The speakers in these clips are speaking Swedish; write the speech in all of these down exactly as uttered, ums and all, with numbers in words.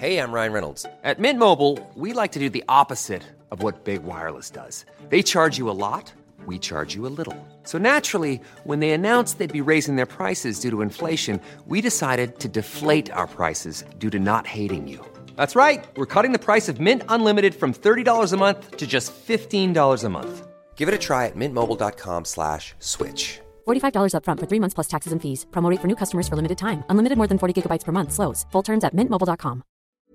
Hey, I'm Ryan Reynolds. At Mint Mobile, we like to do the opposite of what Big Wireless does. They charge you a lot, we charge you a little. So naturally, when they announced they'd be raising their prices due to inflation, we decided to deflate our prices due to not hating you. That's right. We're cutting the price of Mint Unlimited from thirty dollars a month to just fifteen dollars a month. Give it a try at mintmobile.com slash switch. forty-five dollars up front for three months plus taxes and fees. Promo rate for new customers for limited time. Unlimited more than forty gigabytes per month. Slows full terms at mint mobile dot com.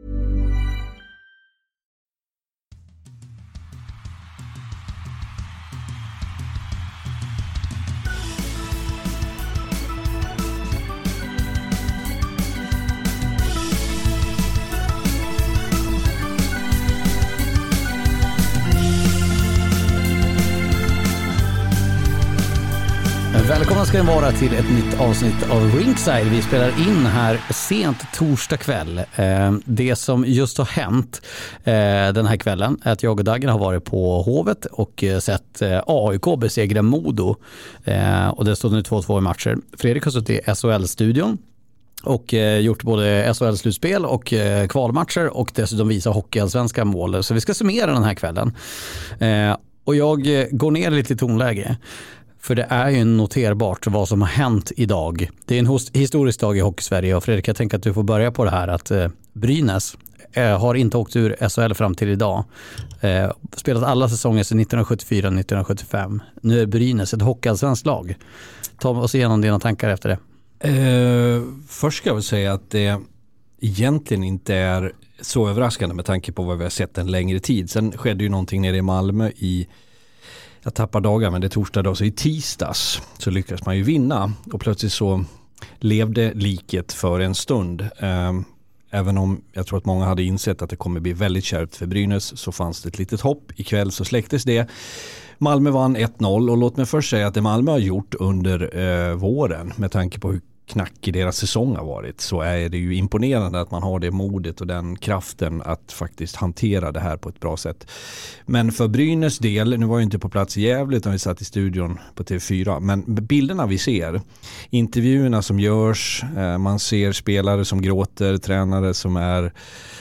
Välkomna ska ni vara till ett nytt avsnitt av Ringside. Vi spelar in här sent torsdag kväll. Det som just har hänt den här kvällen är att jag och Daggen har varit på Hovet och sett A I K besegra Modo. Och det stod nu två två i matcher. Fredrik har suttit i S H L-studion och gjort både S H L-slutspel och kvalmatcher och dessutom visa hockeyallsvenska mål. Så vi ska summera den här kvällen. Och jag går ner lite i tonläge. För det är ju noterbart vad som har hänt idag. Det är en historisk dag i Hockey-Sverige. Och Fredrik, jag tänker att du får börja på det här att eh, Brynäs eh, har inte åkt ur S H L fram till idag. Eh, spelat alla säsonger sedan nittonhundrasjuttiofyra nittonhundrasjuttiofem. Nu är Brynäs ett hockeyallsvenskt lag. Ta oss igenom dina tankar efter det. Eh, först ska jag väl säga att det egentligen inte är så överraskande med tanke på vad vi har sett en längre tid. Sen skedde ju någonting nere i Malmö i Jag tappar dagar, men det är torsdag då, så i tisdags så lyckas man ju vinna och plötsligt så levde liket för en stund. Även om jag tror att många hade insett att det kommer bli väldigt kärvt för Brynäs så fanns det ett litet hopp. Ikväll så släcktes det. Malmö vann ett noll och låt mig först säga att det Malmö har gjort under eh, våren med tanke på hur knackig deras säsong har varit så är det ju imponerande att man har det modet och den kraften att faktiskt hantera det här på ett bra sätt. Men för Brynäs del, nu var jag inte på plats i Gävle utan vi satt i studion på T V fyra, men bilderna vi ser, intervjuerna som görs, man ser spelare som gråter, tränare som är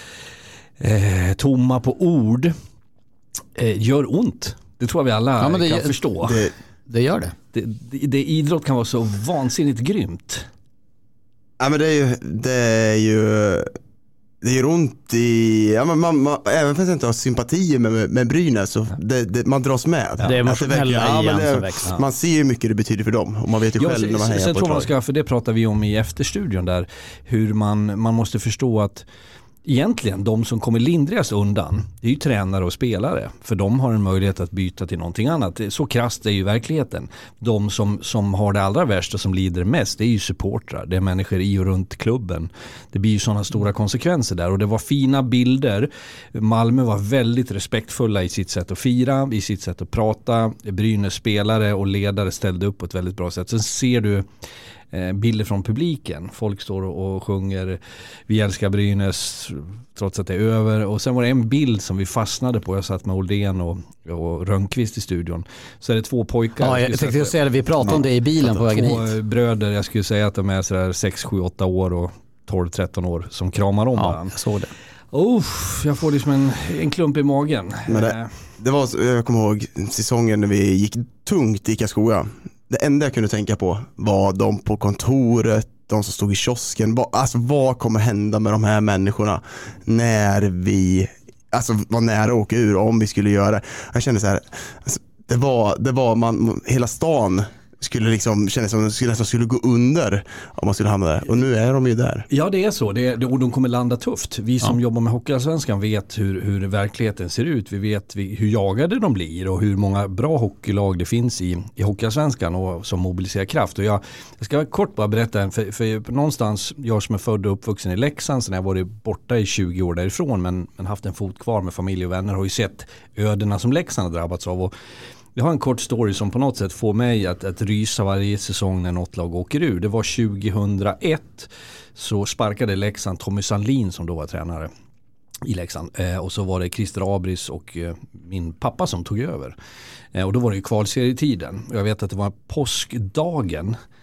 eh, tomma på ord, eh, gör ont. Det tror jag vi alla ja, det, kan förstå. Det, det gör det. Det, det. Det idrott kan vara så vansinnigt grymt. Ja, men det är ju det är ju det gör ont i ja, men man, man, även fast jag inte har sympati med, med, med Brynäs så det, det, man dras med. Ja. Det är emotionella ja, igen det, som växer. Man ser ju hur mycket det betyder för dem och man vet ju ja, själv så, när man hejar sen på tror man ett ska, för det pratar vi om i efterstudion där, hur man, man måste förstå att egentligen de som kommer lindrigast undan det är ju tränare och spelare för de har en möjlighet att byta till någonting annat. Så krasst är ju verkligheten. De som, som har det allra värsta och som lider mest det är ju supportrar. Det är människor i och runt klubben. Det blir ju sådana stora konsekvenser där och det var fina bilder. Malmö var väldigt respektfulla i sitt sätt att fira, i sitt sätt att prata. Brynäs spelare och ledare ställde upp på ett väldigt bra sätt. Sen ser du bilder från publiken. Folk står och sjunger vi älskar Brynäs trots att det är över. Och sen var det en bild som vi fastnade på. Jag satt med Oldén och, och Rönnqvist i studion. Så är det två pojkar. Ja, jag, jag tänkte säga det. Vi pratade ja, om det i bilen på vägen hit. Två bröder, jag skulle säga att de är sådär sex, sju, åtta år och tolv, tretton år som kramar om ja, varandra. Jag såg det. Oh, jag får liksom en, en klump i magen. Men det, det var, jag kommer ihåg säsongen när vi gick tungt i Karlskoga. Det enda jag kunde tänka på var de på kontoret, de som stod i kiosken. Alltså vad kommer hända med de här människorna när vi alltså var nära att åka ur om vi skulle göra det. Jag kände så här, alltså, det var, det var man, hela stan skulle liksom kännas som att de skulle gå under om man skulle hamna där. Och nu är de ju där. Ja, det är så. Det, det, och de kommer landa tufft. Vi som ja. jobbar med Hockeyallsvenskan vet hur, hur verkligheten ser ut. Vi vet vi, hur jagade de blir och hur många bra hockeylag det finns i, i Hockeyallsvenskan och som mobiliserar kraft. Och jag, jag ska kort bara berätta, för, för någonstans, jag som är född och uppvuxen i Leksand, så när jag varit borta i tjugo år därifrån men, men haft en fot kvar med familj och vänner, har ju sett ödena som Leksand har drabbats av. Och jag har en kort story som på något sätt får mig att, att rysa varje säsong när något lag åker ur. Det var tjugohundraett så sparkade Leksand Tommy Sandlin som då var tränare i Leksand. Eh, och så var det Christer Abris och eh, min pappa som tog över. Eh, och då var det ju kvalserietiden. Jag vet att det var påskdagen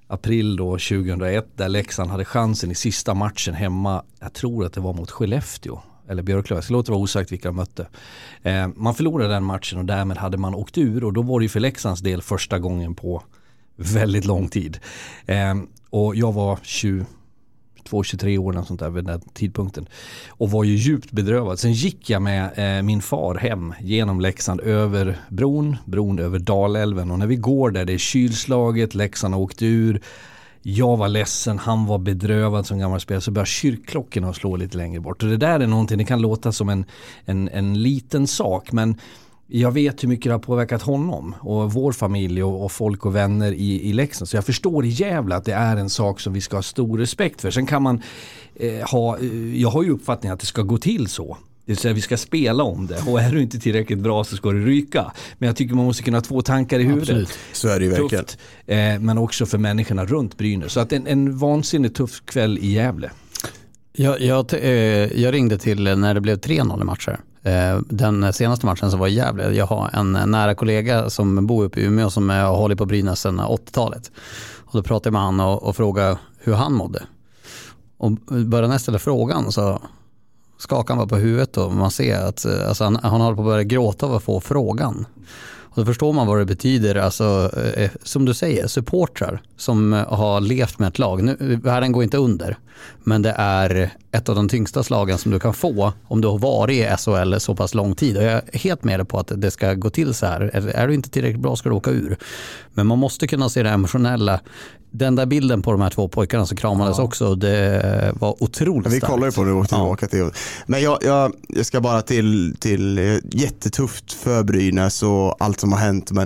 april då tjugohundraett där Leksand hade chansen i sista matchen hemma. Jag tror att det var mot Skellefteå eller Björklöv. Jag ska låta vara osagt vilka de mötte. Eh, man förlorade den matchen och därmed hade man åkt ur och då var det ju för Leksands del första gången på väldigt lång tid. Eh, och jag var tjugotvå tjugotre år och sånt där vid den tidpunkten och var ju djupt bedrövad. Sen gick jag med eh, min far hem genom Leksand över bron, bron över Dalälven och när vi går där det är kylslaget, Leksand har åkt ur. Jag var ledsen, han var bedrövad som gammal spelare, så börjar kyrkklockorna slå lite längre bort. Och det där är någonting, det kan låta som en, en, en liten sak, men jag vet hur mycket det har påverkat honom och vår familj och, och folk och vänner i, i Leksand. Så jag förstår i jävla att det är en sak som vi ska ha stor respekt för. Sen kan man eh, ha, jag har ju uppfattningen att det ska gå till så. Det vill säga vi ska spela om det och är du inte tillräckligt bra så ska du ryka. Men jag tycker man måste kunna ha två tankar i huvudet. Absolut. Så är det ju verkligen. Tufft, eh, men också för människorna runt Brynäs. Så att en, en vansinnigt tuff kväll i Gävle. Jag, jag, eh, jag ringde till när det blev tre noll i matcher. Eh, den senaste matchen som var i Gävle. Jag har en nära kollega som bor uppe i Umeå som har hållit på Brynäs sedan åttiotalet. Och då pratade jag med han och, och frågade hur han mådde. Och började nästa ställa frågan så skakar han bara på huvudet och man ser att alltså, han, han håller på att börja gråta av att få frågan. Och då förstår man vad det betyder, alltså, eh, som du säger, supportrar som har levt med ett lag. Nu, världen går inte under, men det är ett av de tyngsta slagen som du kan få om du har varit i S H L så pass lång tid. Och jag är helt med på att det ska gå till så här. Är, är du inte tillräckligt bra ska du åka ur. Men man måste kunna se det emotionella. Den där bilden på de här två pojkarna som kramades ja. också, det var otroligt starkt. Vi kollar ju på det och tillbaka ja. till. Men jag, jag, jag ska bara till, till jättetufft för Brynäs och allt som har hänt. Men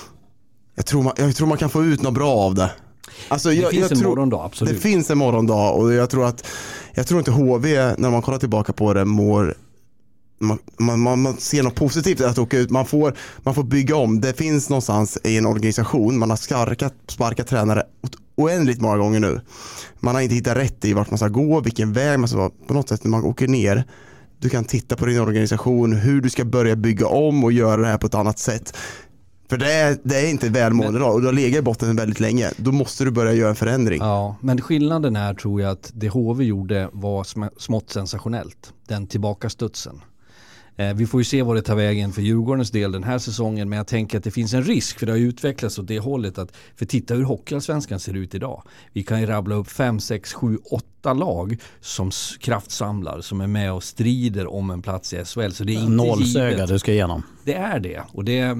jag tror man, jag tror man kan få ut något bra av det. Alltså, det jag, finns jag en tror, morgondag, absolut. Det finns en morgondag och jag tror att jag tror inte H V, när man kollar tillbaka på det, mår Man, man, man ser något positivt att åka ut. Man får, man får bygga om. Det finns någonstans i en organisation. Man har skarkat, sparkat tränare oändligt många gånger nu. Man har inte hittat rätt i vart man ska gå, vilken väg man ska vara. På något sätt när man åker ner, du kan titta på din organisation, hur du ska börja bygga om och göra det här på ett annat sätt. För det är, det är inte välmående idag och du har legat i botten väldigt länge. Då måste du börja göra en förändring. Ja, men skillnaden är, tror jag, att det H V gjorde var sm- smått sensationellt. Den tillbakastudsen. Eh, vi får ju se vad det tar vägen för Djurgårdens del den här säsongen, men jag tänker att det finns en risk, för det har utvecklats åt det hållet att, för titta hur Hockeyallsvenskan ser ut idag. Vi kan ju rabbla upp fem, sex, sju, åtta lag som kraftsamlar, som är med och strider om en plats i S H L. Så det är inte nollsöga du ska igenom. Det är det, och det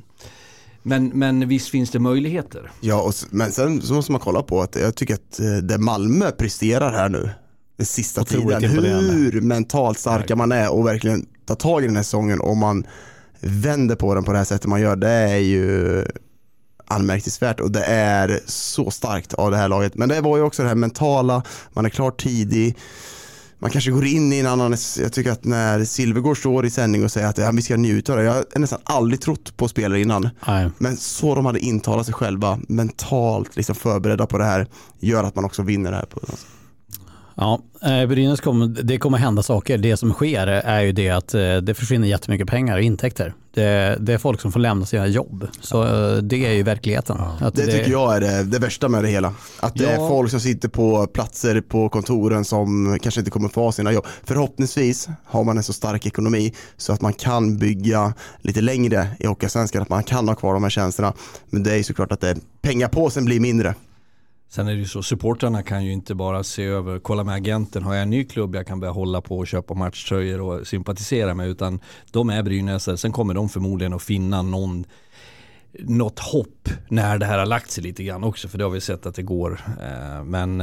men, men visst finns det möjligheter. Ja, och, men sen så måste man kolla på att jag tycker att det Malmö presterar här nu den sista Otroligt tiden, hur mentalt starka man är och verkligen ta tag i den här säsongen och man vänder på den på det här sättet man gör, det är ju anmärkningsvärt och det är så starkt av det här laget. Men det var ju också det här mentala, man är klart tidig, man kanske går in i en annan, jag tycker att när Silvergård står i sändning och säger att ja, vi ska njuta av det, jag har nästan aldrig trott på spelare innan. Nej. Men så de hade intalat sig själva, mentalt liksom förberedda på det här, gör att man också vinner det här på alltså. Ja, Brynäs kommer, det kommer hända saker. Det som sker är ju det att det försvinner jättemycket pengar och intäkter. Det, det är folk som får lämna sina jobb. Så det är ju verkligheten. Ja. Att det, det tycker jag är det, det värsta med det hela. Att det ja. är folk som sitter på platser på kontoren som kanske inte kommer få ha sina jobb. Förhoppningsvis har man en så stark ekonomi så att man kan bygga lite längre i Hockeyallsvenskan, att man kan ha kvar de här tjänsterna. Men det är ju såklart att det, pengapåsen blir mindre. Sen är det ju så, supportrarna kan ju inte bara se över, kolla med agenten, har jag en ny klubb jag kan börja hålla på och köpa matchtröjor och sympatisera med, utan de är Brynäs. Sen kommer de förmodligen att finna någon, något hopp när det här har lagt sig lite grann också, för det har vi sett att det går. Men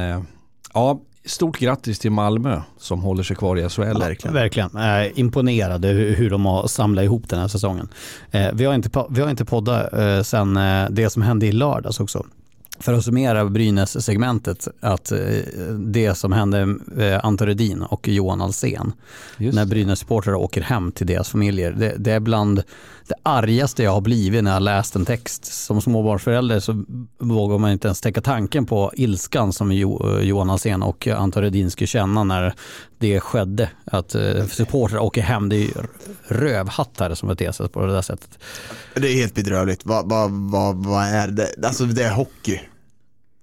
ja, stort grattis till Malmö som håller sig kvar i S H L. Ja, verkligen. Verkligen. Äh, imponerade hur de har samlat ihop den här säsongen. Äh, vi har inte, vi har inte poddat äh, sen äh, det som hände i lördags också. För att summera Brynäs-segmentet, att det som hände Anton Rödin och Johan Alsen när Brynäs-supportrar åker hem till deras familjer, det, det är bland det argaste jag har blivit när jag läst en text. Som småbarnsförälder så vågar man inte ens täcka tanken på ilskan som jo, Johan Alsen och Anton Rödin skulle känna när det skedde. Att supportrar åker hem, det är ju rövhattar som beter sig på det där sättet. Det är helt bedrövligt. Vad, vad, vad, vad är det? Alltså det är hockey.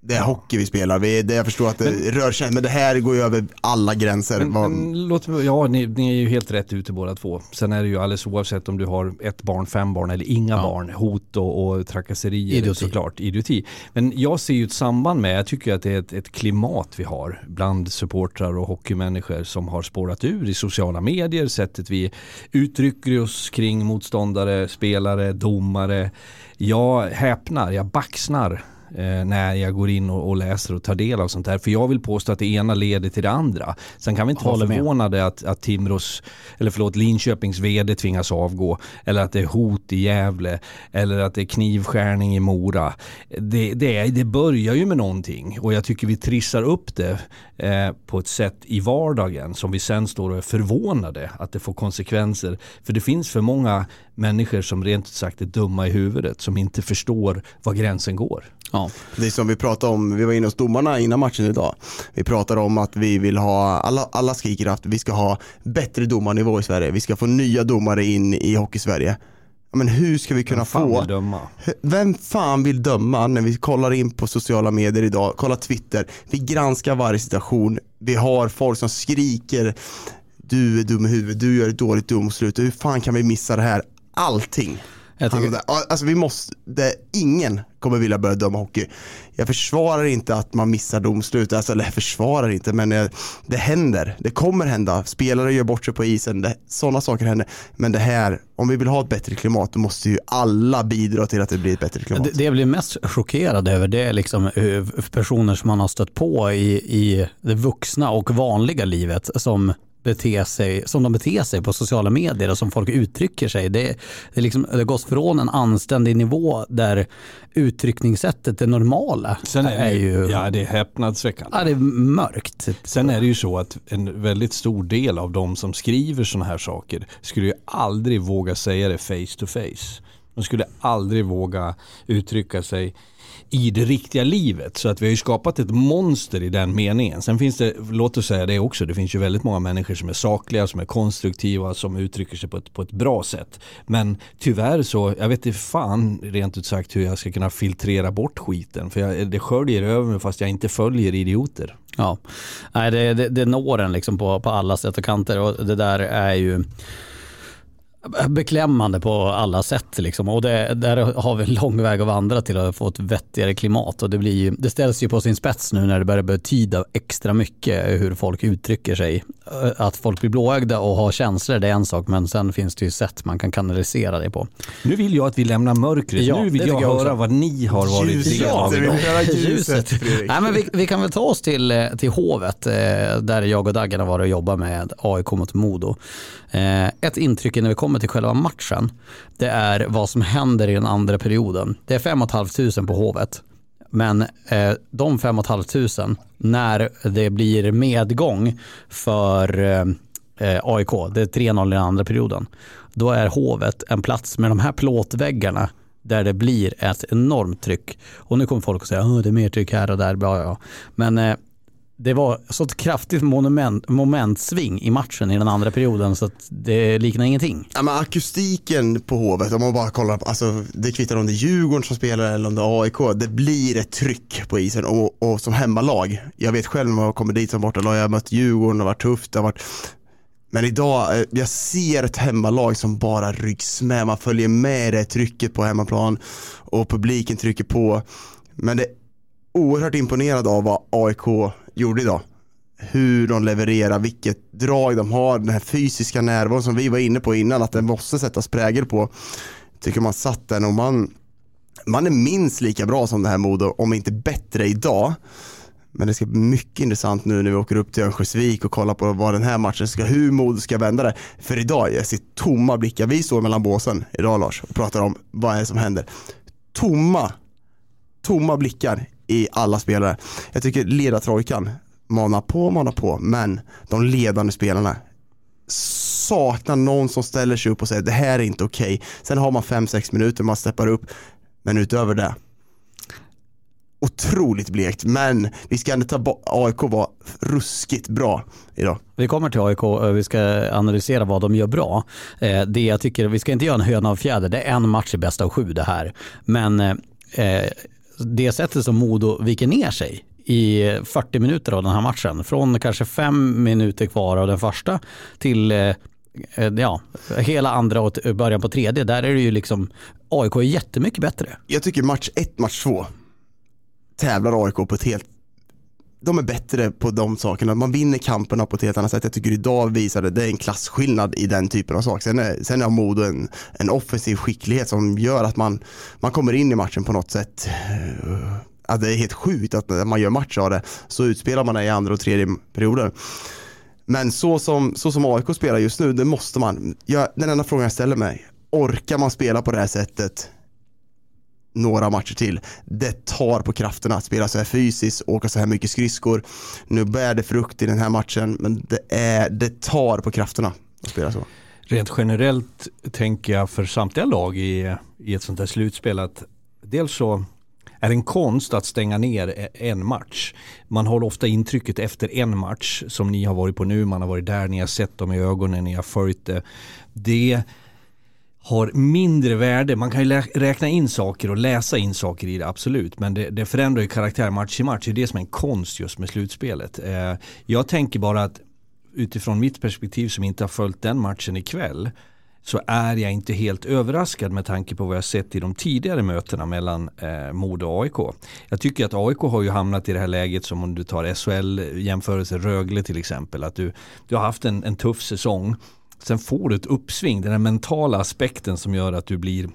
Det är ja. hockey vi spelar. Vi, det jag förstår att det men, rör sig, men det här går ju över alla gränser. Men, men, låt, ja, ni, ni är ju helt rätt ute båda två. Sen är det ju alldeles oavsett om du har ett barn, fem barn eller inga ja. barn. Hot och, och trakasserier. Idioti. Såklart. Idioti. Men jag ser ju ett samband med, jag tycker att det är ett, ett klimat vi har bland supportrar och hockeymänniskor som har spårat ur i sociala medier. Sättet vi uttrycker oss kring motståndare, spelare, domare. Jag häpnar, jag baxnar eh, när jag går in och, och läser och tar del av sånt här. För jag vill påstå att det ena leder till det andra. Sen kan vi inte Håller vara förvånade att, att Timrås, eller förlåt, Linköpings vd tvingas avgå. Eller att det är hot i Gävle. Eller att det är knivskärning i Mora. Det, det, det börjar ju med någonting. Och jag tycker vi trissar upp det eh, på ett sätt i vardagen som vi sen står och är förvånade att det får konsekvenser. För det finns för många människor som rent ut sagt är dumma i huvudet, som inte förstår var gränsen går. Ja. Det är som vi pratade om, vi var inne hos domarna innan matchen idag. Vi pratade om att vi vill ha, alla, alla skriker att vi ska ha bättre domarnivå i Sverige. Vi ska få nya domare in i Hockey-Sverige. Men hur ska vi kunna få... Döma? Vem fan vill döma när vi kollar in på sociala medier idag? Kollar Twitter. Vi granskar varje situation. Vi har folk som skriker, du är dum i huvudet, du gör ett dåligt domslut. Hur fan kan vi missa det här? Allting. Jag tycker... Alltså vi måste, det, ingen kommer vilja börja döma hockey. Jag försvarar inte att man missar domslut, alltså, eller jag försvarar inte, men det, det händer, det kommer hända. Spelare gör bort sig på isen, det, sådana saker händer. Men det här, om vi vill ha ett bättre klimat, då måste ju alla bidra till att det blir ett bättre klimat. Det, det jag blir mest chockerad över, det är liksom personer som man har stött på i, i det vuxna och vanliga livet som beter sig, som de beter sig på sociala medier och som folk uttrycker sig. Det, det, liksom, det går från en anständig nivå där uttryckningssättet är normala. Sen är, det, är ju, ja, det är häpnadsväckande. Ja, det är mörkt. Sen är det ju så att en väldigt stor del av de som skriver såna här saker skulle ju aldrig våga säga det face to face. De skulle aldrig våga uttrycka sig i det riktiga livet, så att vi har ju skapat ett monster i den meningen. Sen finns det, låt oss säga det också, det finns ju väldigt många människor som är sakliga, som är konstruktiva, som uttrycker sig på ett, på ett bra sätt. Men tyvärr så, jag vet inte fan rent ut sagt hur jag ska kunna filtrera bort skiten, för jag, det sköljer över mig fast jag inte följer idioter. Ja, nej, det, det, det når en liksom på, på alla sätt och kanter, och det där är ju beklämmande på alla sätt liksom. Och det, där har vi en lång väg att vandra till att få ett vettigare klimat, och det, blir ju, det ställs ju på sin spets nu när det börjar betyda extra mycket hur folk uttrycker sig. Att folk blir blåögda och har känslor, det är en sak, men sen finns det ju sätt man kan kanalisera det på. Nu vill jag att vi lämnar mörkret. Ja, nu vill jag, jag höra vad ni har varit ljuset, av idag. Ljuset. Nej, men vi, vi kan väl ta oss till, till Hovet där jag och Daggen har varit och jobbat med A I K mot Modo. Ett intryck när vi kommer till själva matchen, det är vad som händer i den andra perioden. Det är fem och ett halvt tusen på Hovet, men eh, de fem och ett halvt tusen när det blir medgång för eh, A I K, det är tre noll i den andra perioden, då är Hovet en plats med de här plåtväggarna där det blir ett enormt tryck. Och nu kommer folk att säga att det är mer tryck här och där, bra, ja. Men eh, det var så ett kraftigt monument, momentsving i matchen i den andra perioden, så att det liknar ingenting. Ja, men akustiken på Hovet, om man bara kollar på, alltså, det kvittar om det är Djurgården som spelar eller om det är A I K, det blir ett tryck på isen, och, och som hemmalag, jag vet själv när jag kommer dit som bortalag, jag har mött Djurgården, det har varit tufft, det har varit... Men idag, jag ser ett hemmalag som bara ryggs med, man följer med det trycket på hemmaplan och publiken trycker på. Men det är oerhört imponerad av vad A I K gjorde idag. Hur de levererar, vilket drag de har, den här fysiska närvaron som vi var inne på innan, att den måste sättas prägel på. Tycker man satt den, och man, man är minst lika bra som det här Modo, om inte bättre idag. Men det ska bli mycket intressant nu när vi åker upp till Örnsköldsvik och kollar på vad den här matchen ska, hur Modo ska vända det. För idag, jag ser tomma blickar. Vi står mellan båsen idag, Lars, och pratar om vad är det som händer. Tomma, tomma blickar i alla spelare. Jag tycker ledartrojkan manar på, manar på, men de ledande spelarna saknar någon som ställer sig upp och säger det här är inte okej. Okay. Sen har man fem sex minuter, man steppar upp, men utöver det otroligt blekt, men vi ska ändå ta bort, A I K var ruskigt bra idag. Vi kommer till A I K, vi ska analysera vad de gör bra. Det jag tycker, vi ska inte göra en höna av fjäder, det är en match i bästa av sju det här, men eh, det sättet som Modo viker ner sig i fyrtio minuter av den här matchen, från kanske fem minuter kvar av den första till ja, hela andra och början på tredje, där är det ju liksom A I K är jättemycket bättre. Jag tycker match ett, match två tävlar A I K på ett helt, de är bättre på de sakerna. Man vinner kamperna på ett helt annat sätt. Jag tycker idag visade det är en klassskillnad i den typen av saker. Sen är, sen är Modo en, en offensiv skicklighet som gör att man, man kommer in i matchen på något sätt. Att det är helt sjukt att när man gör match av det så utspelar man det i andra och tredje perioder. Men så som, så som A I K spelar just nu, det måste man. Jag, den enda frågan jag ställer mig, orkar man spela på det här sättet några matcher till? Det tar på krafterna att spela så här fysiskt, åka så här mycket skridskor. Nu bär det frukt i den här matchen, men det, är, det tar på krafterna att spela så. Rent generellt tänker jag för samtliga lag i, i ett sånt här slutspel att dels så är det en konst att stänga ner en match. Man har ofta intrycket efter en match som ni har varit på nu, man har varit där, ni har sett dem i ögonen, ni har följt det. Det har mindre värde. Man kan ju lä- räkna in saker och läsa in saker i det, absolut. Men det, det förändrar ju karaktär match i match. Det är det som är en konst just med slutspelet. Eh, jag tänker bara att utifrån mitt perspektiv som inte har följt den matchen ikväll, så är jag inte helt överraskad med tanke på vad jag sett i de tidigare mötena mellan eh, Modo och A I K. Jag tycker att A I K har ju hamnat i det här läget som om du tar S H L-jämförelse Rögle till exempel. Att du, du har haft en, en tuff säsong. Sen får du ett uppsving, den här mentala aspekten som gör att du blir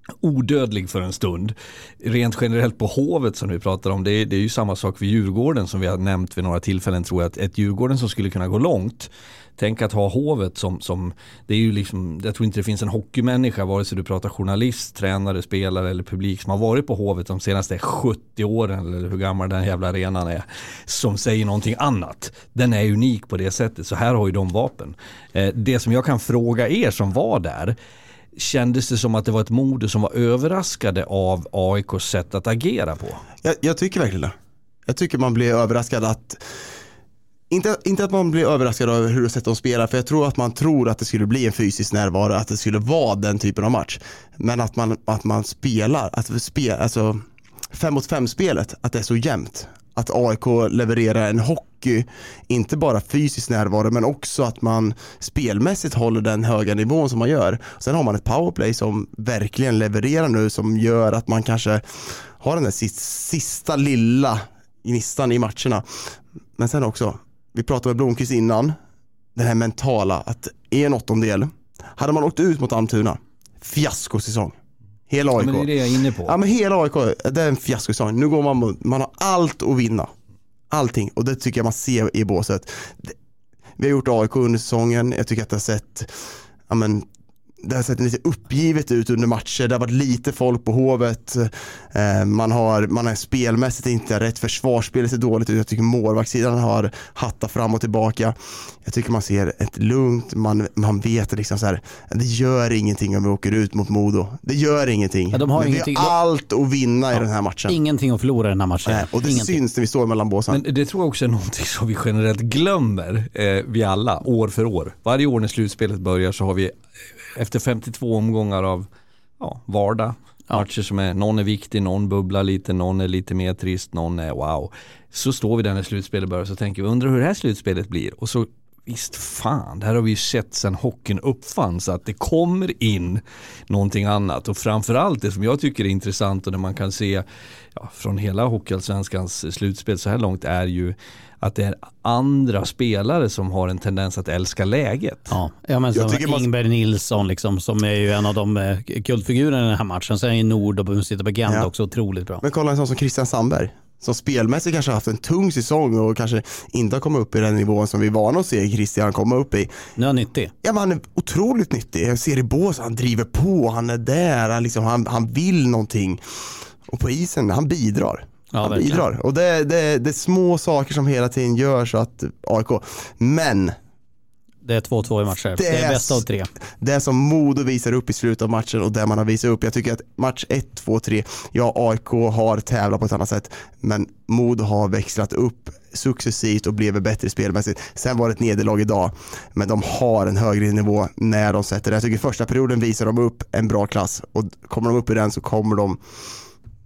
odödlig för en stund. Rent generellt på Hovet som vi pratar om, det är, det är ju samma sak för Djurgården som vi har nämnt vid några tillfällen, tror jag. Att ett Djurgården som skulle kunna gå långt, tänk att ha Hovet som, som det är ju liksom, jag tror inte det finns en hockeymänniska, vare sig du pratar journalist, tränare, spelare eller publik som har varit på Hovet de senaste sjuttio åren, eller hur gammal den jävla arenan är, som säger någonting annat. Den är unik på det sättet, så här har ju de vapen. Eh, det som jag kan fråga er som var där, kändes det som att det var ett Modo som var överraskade av A I K:s sätt att agera på? Jag, jag tycker verkligen det. Jag tycker man blir överraskad att Inte, inte att man blir överraskad över hur sätt de spelar, för jag tror att man tror att det skulle bli en fysisk närvaro, att det skulle vara den typen av match. Men att man, att man spelar, att spel, alltså fem mot fem spelet, att det är så jämnt. Att A I K levererar en hockey, inte bara fysisk närvaro, men också att man spelmässigt håller den höga nivån som man gör. Sen har man ett powerplay som verkligen levererar nu, som gör att man kanske har den där sista, sista lilla gnistan i matcherna. Men sen också, vi pratade med Blomqvist innan, den här mentala, att i en åttondel hade man åkt ut mot Almtuna, fiaskosäsong. Hela A I K. Ja, men det är det jag är inne på. Ja, men hela A I K, det är en fiaskosäsong. Nu går man, man har allt att vinna. Allting. Och det tycker jag man ser i båset. Vi har gjort A I K under säsongen. Jag tycker att det har sett, ja men, det har sett lite uppgivet ut under matcher. Det har varit lite folk på Hovet. Eh, man har man är spelmässigt inte rätt. Försvarsspelet ser dåligt ut. Jag tycker målvaktssidan har hattat fram och tillbaka. Jag tycker man ser ett lugnt. Man, man vet liksom så här, det gör ingenting om vi åker ut mot Modo. Det gör ingenting. Ja, de har Men ingenting. vi har allt att vinna ja, i den här matchen. Ingenting att förlora i den här matchen. Nej, och det ingenting. syns när vi står mellan båsen. Men det tror jag också är någonting som vi generellt glömmer, eh, vi alla, år för år. Varje år när slutspelet börjar så har vi efter femtiotvå omgångar av ja, vardag, ja. matcher som är, någon är viktig, någon bubblar lite, någon är lite mer trist, någon är wow. Så står vi där när slutspelet börjar, så tänker vi, undrar hur det här slutspelet blir. Och så visst fan, det här har vi ju sett sedan hockeyn uppfanns, att det kommer in någonting annat. Och framförallt det som jag tycker är intressant och det man kan se ja, från hela hockeyallsvenskans slutspel så här långt är ju att det är andra spelare som har en tendens att älska läget. Ja, ja men som man... Ingberg Nilsson liksom, som är ju en av de eh, kultfigurerna i den här matchen. Sen är ju Nord och sitter på Gent ja. också otroligt bra. Men kolla en sån som Christian Sandberg, som spelmässigt kanske har haft en tung säsong och kanske inte har kommit upp i den nivån som vi är vana att se Christian komma upp i. Nu är han nyttig. Ja, men han är otroligt nyttig. Jag ser i bås, han driver på, han är där, han, liksom, han, han vill någonting. Och på isen, han bidrar. Ja, han verkligen. bidrar. Och det, det, det är små saker som hela tiden gör så att A I K, men det är två två i matcher. Det, det är bästa av tre. Det som Modo visar upp i slutet av matchen och det man har visat upp. Jag tycker att match ett, två, tre, ja, A I K har tävlat på ett annat sätt, men Modo har växlat upp successivt och blev bättre spelmässigt. Sen var det ett nederlag idag, men de har en högre nivå när de sätter det. Jag tycker första perioden visar de upp en bra klass och kommer de upp i den så kommer de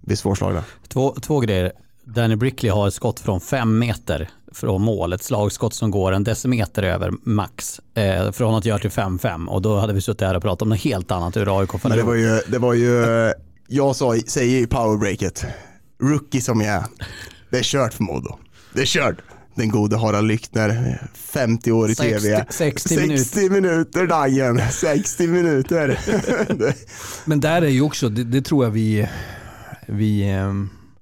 blir svårslagna. Två, två grejer. Danny Brickley har ett skott från fem meter från mål. Ett slagskott som går en decimeter över max. Eh, från att göra till fem fem. Och då hade vi suttit här och pratat om något helt annat ur A I K. Men det var ju, det var ju jag sa, säger i powerbreaket, rookie som jag är, det är kört för Modo. Det är kört. Den gode Harald Lyckner, femtio år i sextio, tv. sextio, sextio minuter dagen, sextio minuter. Men där är ju också, det, det tror jag vi, vi eh,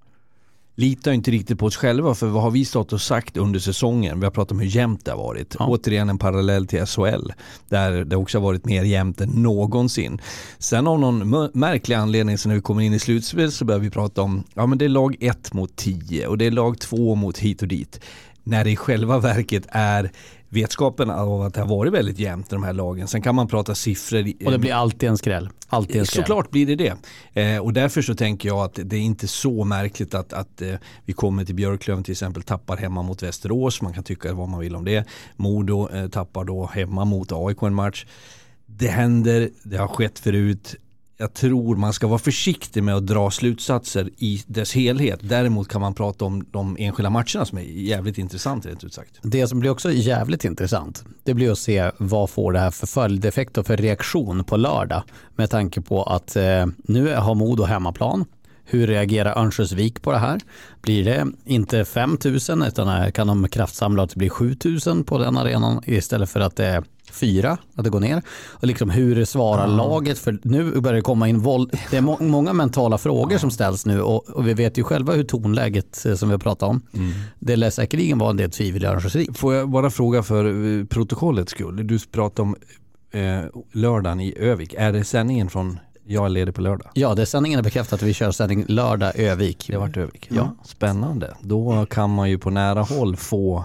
litar inte riktigt på oss själva, för vad har vi stått och sagt under säsongen? Vi har pratat om hur jämnt det har varit. Ja. Återigen en parallell till S H L där det också har varit mer jämnt än någonsin. Sen av någon märklig anledning så när vi kommer in i slutspel så börjar vi prata om ja men det är lag ett mot tio och det är lag två mot hit och dit. När det i själva verket är vetskapen av att det har varit väldigt jämnt i de här lagen. Sen kan man prata siffror. Och det blir alltid en skräll. Alltid en skräll. Såklart blir det det. Eh, och därför så tänker jag att det är inte så märkligt att, att eh, vi kommer till Björklöven till exempel, tappar hemma mot Västerås. Man kan tycka vad man vill om det. Modo eh, tappar då hemma mot A I K en match. Det händer, det har skett förut. Jag tror man ska vara försiktig med att dra slutsatser i dess helhet. Däremot kan man prata om de enskilda matcherna som är jävligt intressant rent ut sagt. Det som blir också jävligt intressant, det blir att se vad får det här för följdeffekt och för reaktion på lördag. Med tanke på att eh, nu har Modo hemmaplan. Hur reagerar Örnsköldsvik på det här? Blir det inte fem tusen utan kan de kraftsamla att det blir sju tusen på den arenan istället för att det är fyra, att det går ner? Och liksom hur svarar mm. laget? För nu börjar det komma in våld. Det är må- många mentala frågor som ställs nu och, och vi vet ju själva hur tonläget som vi har pratat om. Mm. Det lär säkerligen vara en del tvivel i Örnsköldsvik. Får jag bara fråga för protokollets skull? Du pratar om eh, lördagen i Övik. Är det sändningen från Jag är ledig på lördag? Ja, det är sändningen är bekräftat att vi kör sändning lördag Övik. Det har varit Övik. Ja. Ja. Spännande. Då kan man ju på nära håll få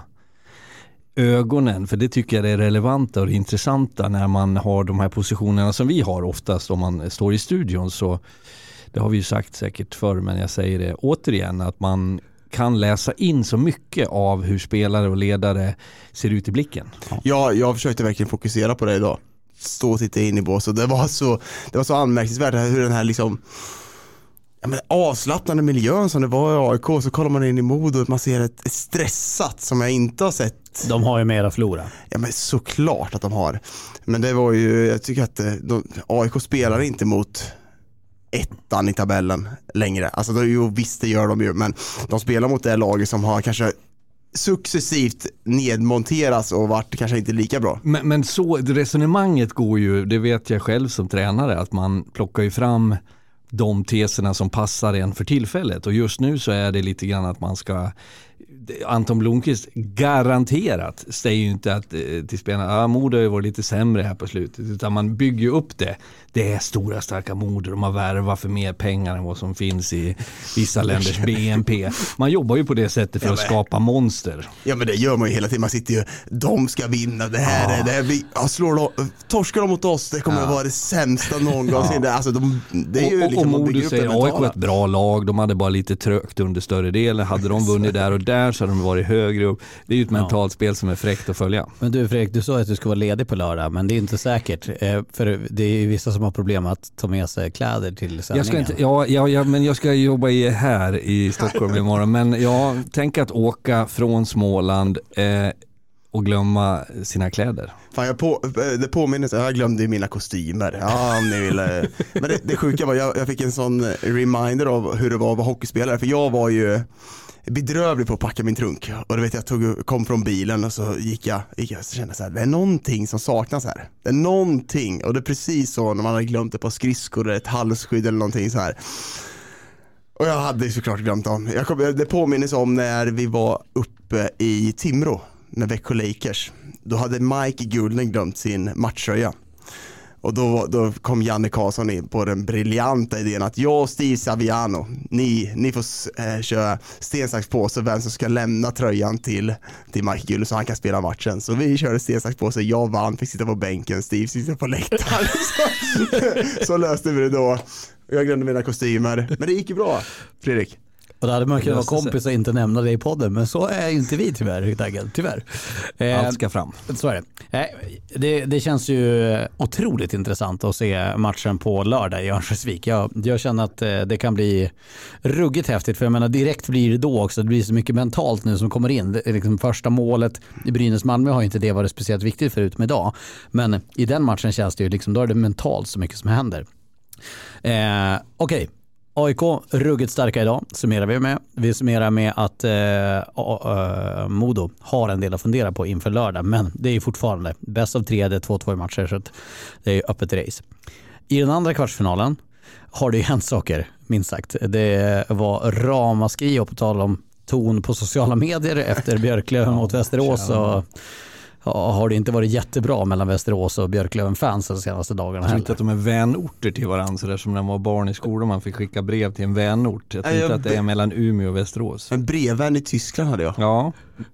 ögonen, för det tycker jag är relevanta och intressanta när man har de här positionerna som vi har oftast om man står i studion. Så det har vi ju sagt säkert förr, men jag säger det återigen att man kan läsa in så mycket av hur spelare och ledare ser ut i blicken. Ja, ja jag försökte verkligen fokusera på det idag. Stå och titta in i bås och det var så, det var så anmärkningsvärt hur den här liksom ja, men avslappnande miljön som det var i A I K, så kollar man in i Modo och man ser ett, ett stressat som jag inte har sett. De har ju mera flora. Ja men såklart att de har. Men det var ju, jag tycker att de, A I K spelar inte mot ettan i tabellen längre. Alltså då, jo, visst det gör de ju, men de spelar mot det laget som har kanske successivt nedmonteras och varit kanske inte lika bra. Men, men så resonemanget går ju, det vet jag själv som tränare, att man plockar ju fram de teserna som passar en för tillfället, och just nu så är det lite grann att man ska, Anton Blomqvist garanterat säger ju inte att till spelarna, ja, Modo har ju varit lite sämre här på slutet, utan man bygger upp det. Det är stora starka Modo, de har värvat för mer pengar än vad som finns i vissa länders B N P. Man jobbar ju på det sättet för ja, men, att skapa monster. Ja men det gör man ju hela tiden, man sitter ju, de ska vinna, det här ja. är det här, vi ja, slår de, torskar de mot oss, det kommer ja. att vara det sämsta någonsin. Ja. Alltså, de, det är ju och liksom och Modo säger, A I K är ett bra lag, de hade bara lite trögt under större delen, hade de vunnit där och där så hade de varit högre upp. Det är ju ett ja. mentalt spel som är fräckt att följa. Men du Fredrik, du sa att du ska vara ledig på lördag, men det är inte säkert. För det är ju vissa som har problem att ta med sig kläder till sändningen. Jag ska inte, ja, ja, ja, men jag ska jobba i, här i Stockholm imorgon. Men jag tänker att åka från Småland eh, och glömma sina kläder. Fan, jag på, det påminner sig, jag glömde mina kostymer. Ja, om ni vill. Men det, det sjuka var, jag, jag fick en sån reminder av hur det var att vara hockeyspelare. För jag var ju bedrövlig på att packa min trunk. Och då vet jag, jag tog, kom från bilen och så gick jag, gick jag och kände så här, det är någonting som saknas här. Det är någonting. Och det är precis så när man har glömt det på skridskor eller ett halsskydd eller någonting så här. Och jag hade såklart glömt dem. Jag kom, det påminner sig om när vi var uppe i Timrå, när Växjö Lakers. Då hade Mike Gulden glömt sin matchtröja. Och då, då kom Janne Karlsson in på den briljanta idén att jag och Steve Saviano, ni, ni får eh, köra sten, sax, påse vem som ska lämna tröjan till, till Mike Gulden så han kan spela matchen. Så vi körde sten, sax, påse, jag vann, fick sitta på bänken, Steve sitter på läktaren. så, så löste vi det då. Jag glömde mina kostymer. Men det gick ju bra, Fredrik. Och då hade man kunnat vara kompis och inte nämna det i podden, men så är inte vi tyvärr, Daggen, tyvärr. Allt ska fram. Så är det. det. Det känns ju otroligt intressant att se matchen på lördag i Örnsköldsvik. Jag, jag känner att det kan bli ruggigt häftigt, för jag menar direkt blir det då också, det blir så mycket mentalt nu som kommer in. Det är liksom första målet i Brynäs-Malmö har inte det varit speciellt viktigt förut med idag, men i den matchen känns det ju liksom, då är det mentalt så mycket som händer. Eh, Okej. Okay. A I K ruggigt starka idag, summerar vi med. Vi summerar med att eh, äh, Modo har en del att fundera på inför lördag, men det är fortfarande bäst av tre, det är två två i matcher, så det är öppet race. I den andra kvartsfinalen har det ju hänt saker, minst sagt. Det var ramaskri och på tal om ton på sociala medier efter Björklöven mot Västerås, och har det inte varit jättebra mellan Västerås och Björklöven-fans de senaste dagarna. Jag tror inte att de är vänorter till varandra, så där som när man var barn i skolan man fick skicka brev till en vänort. Jag tror inte att det är mellan Umeå och Västerås. En brevvän i Tyskland hade jag. Ja.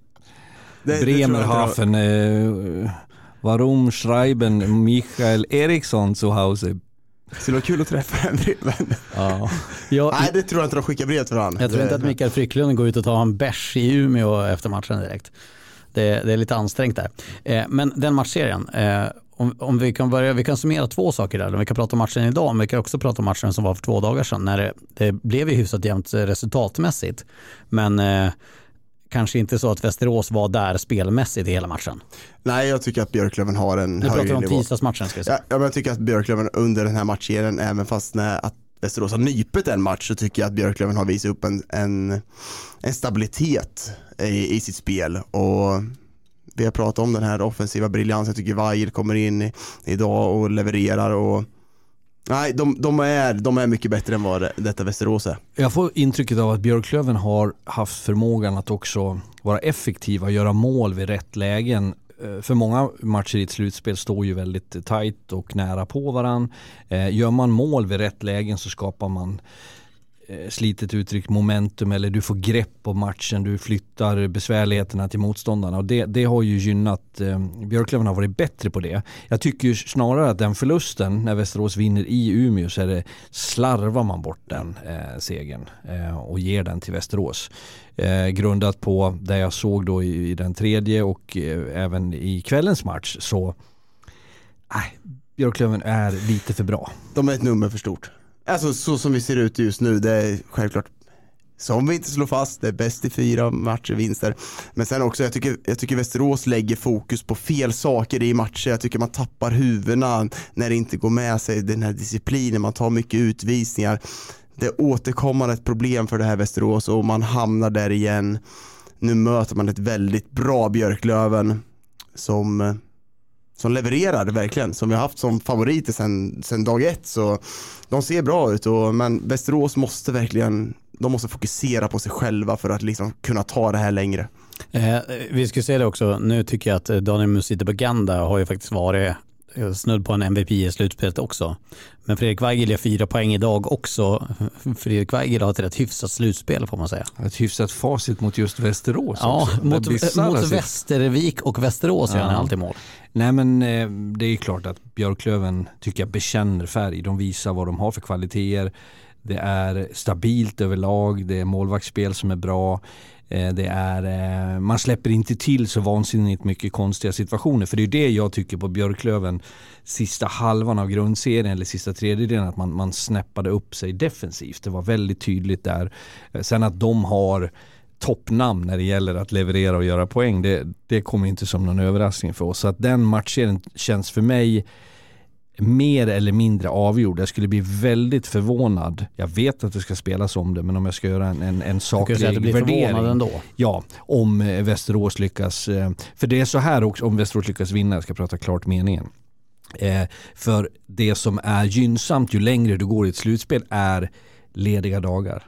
Bremerhaven, eh, warum schreiben Michael Eriksson zu Hause? Så det var kul att träffa en brevvän. Ja. Jag, Nej, det tror jag inte de skickar brev till varandra. Jag tror inte att Mikael Frycklund går ut och tar en bärs i Umeå efter matchen direkt. Det, det är lite ansträngt där. Eh, men den matchserien, eh, om, om vi kan börja, vi kan summera två saker där. Vi kan prata om matchen idag, men vi kan också prata om matchen som var för två dagar sedan, när det, det blev ju hyfsat jämnt resultatmässigt. Men eh, kanske inte så att Västerås var där spelmässigt i hela matchen. Nej, jag tycker att Björklöven har en nu högre nivå. Nu pratar vi om tisdagsmatchen, ska jag säga. Ja, men jag tycker att Björklöven under den här matchserien, även fast när att Västerås har nypet en match, så tycker jag att Björklöven har visat upp en, en, en stabilitet i, i sitt spel. Och vi har pratat om den här offensiva briljansen. Jag tycker Weigl kommer in i, idag och levererar. Och nej, de, de, är, de är mycket bättre än vad detta Västerås är. Jag får intrycket av att Björklöven har haft förmågan att också vara effektiva och göra mål vid rätt lägen. För många matcher i ett slutspel står ju väldigt tajt och nära på varann. Gör man mål vid rätt lägen så skapar man slitet uttryck momentum, eller du får grepp på matchen, du flyttar besvärligheterna till motståndarna, och det, det har ju gynnat eh, Björklöven har varit bättre på det. Jag tycker ju snarare att den förlusten när Västerås vinner i Umeå, så är det, slarvar man bort den eh, segern eh, och ger den till Västerås. Eh, grundat på det jag såg då i, i den tredje och eh, även i kvällens match, så eh, Björklöven är lite för bra. De är ett nummer för stort. Alltså så som vi ser ut just nu, det är självklart, som vi inte slår fast, det är bäst i fyra matcher, vinster. Men sen också, jag tycker, jag tycker Västerås lägger fokus på fel saker i matcher. Jag tycker man tappar huvudena när det inte går med sig den här disciplinen. Man tar mycket utvisningar. Det återkommer ett problem för det här Västerås, och man hamnar där igen. Nu möter man ett väldigt bra Björklöven som... som levererar verkligen, som vi har haft som favoriter sen, sen dag ett, så de ser bra ut, och, men Västerås måste verkligen, de måste fokusera på sig själva för att liksom kunna ta det här längre. Eh, vi ska säga det också, nu tycker jag att Daniel Musita Baganda har ju faktiskt varit snudd på en M V P i slutspelet också. Men Fredrik Weigl gör fyra poäng idag också. Fredrik Weigl har ett rätt hyfsat slutspel, får man säga. Ett hyfsat facit mot just Västerås. Ja, också. mot, mot Västervik och Västerås ja. Gör han alltid mål. Nej, men eh, det är klart att Björklöven tycker jag bekänner färg. De visar vad de har för kvaliteter. Det är stabilt överlag. Det är målvaktsspel som är bra. Det är, man släpper inte till så vansinnigt mycket konstiga situationer, för det är det jag tycker på Björklöven sista halvan av grundserien eller sista tredjedelen, att man, man snäppade upp sig defensivt. Det var väldigt tydligt där. Sen att de har toppnamn när det gäller att leverera och göra poäng, det, det kommer inte som någon överraskning för oss. Så att den matchen känns för mig mer eller mindre avgjord. Jag skulle bli väldigt förvånad. Jag vet att det ska spelas om det, men om jag ska göra en, en, en saklig värdering. Ändå. Ja, om Västerås lyckas. För det är så här också, om Västerås lyckas vinna, jag ska prata klart meningen. Eh, för det som är gynnsamt ju längre du går i ett slutspel är lediga dagar.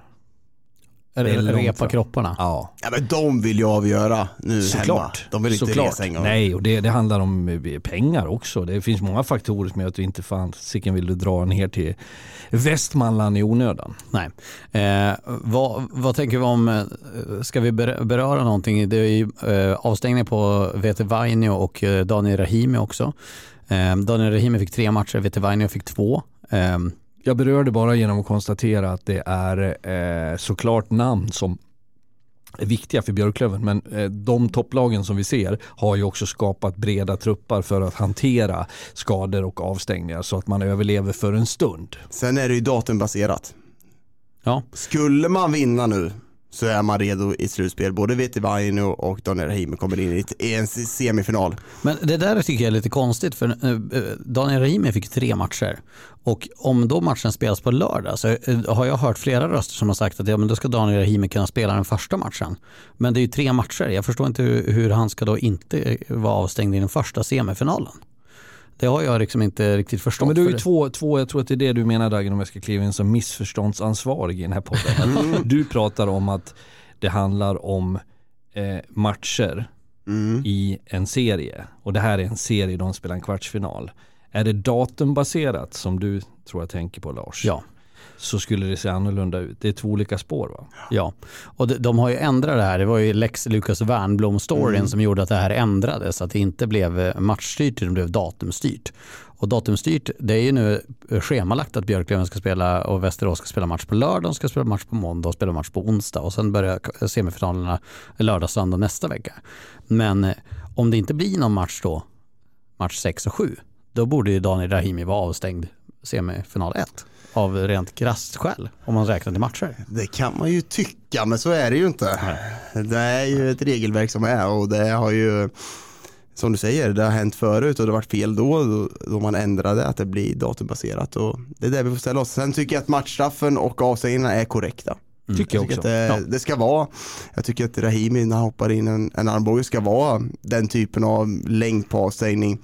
Eller repa kropparna. Ja. Ja, men de vill ju avgöra nu Såklart. hemma. De vill inte Såklart. resa en gång. Nej, och det, det handlar om pengar också. Det finns många faktorer som gör att du inte fan sicken vill du dra ner till Västmanland i onödan. Nej. Eh, vad, vad tänker vi om, ska vi beröra någonting? Det är ju eh, avstängning på Vete Vainio och Daniel Rahimi också. Eh, Daniel Rahimi fick tre matcher, Vete Vainio fick två. Eh, Jag berörde bara genom att konstatera att det är eh, såklart namn som är viktiga för Björklöven, men eh, de topplagen som vi ser har ju också skapat breda truppar för att hantera skador och avstängningar så att man överlever för en stund. Sen är det ju datumbaserat. Ja. Skulle man vinna nu så är man redo i slutspel. Både Veti Vainio och Daniel Rahimi kommer in i en semifinal. Men det där tycker jag är lite konstigt, för Daniel Rahimi fick tre matcher. Och om då matchen spelas på lördag så har jag hört flera röster som har sagt att ja, men då ska Daniel Rahimi kunna spela den första matchen. Men det är ju tre matcher. Jag förstår inte hur, hur han ska då inte vara avstängd i den första semifinalen. Det har jag liksom inte riktigt förstått. Ja, men du är ju det. två, två, jag tror att det är det du menar, Dagen, om jag ska kliva in som missförståndsansvarig i den här podden. Mm. Du pratar om att det handlar om eh, matcher mm. i en serie. Och det här är en serie, de spelar en kvartsfinal. Är det datumbaserat som du tror jag tänker på, Lars? Ja. Så skulle det se annorlunda ut. Det är två olika spår, va? Ja, och de, de har ju ändrat det här. Det var ju Lex Lukas Wernbloom-storyn mm. som gjorde att det här ändrades. Att det inte blev matchstyrt, det blev datumstyrt. Och datumstyrt, det är ju nu schemalagt att Björklöven ska spela och Västerås ska spela match på lördag, ska spela match på måndag och spela match på onsdag. Och sen börjar semifinalerna lördag, söndag nästa vecka. Men om det inte blir någon match då, match sex och sju, då borde ju Daniel Rahimi vara avstängd semifinal ett. Av rent krasst skäl, om man räknar till matcher. Det kan man ju tycka, men så är det ju inte. Nej. Det är ju ett regelverk som är, och det har ju, som du säger, det har hänt förut och det har varit fel då, då man ändrade att det blir datumbaserat, och det är där vi får ställa oss. Sen tycker jag att matchstraffen och avstängningarna är korrekta. Mm. Tycker jag, jag tycker också. Att det, det ska vara, jag tycker att Rahimi när han hoppar in en, en armbåge ska vara den typen av längd på avstängning.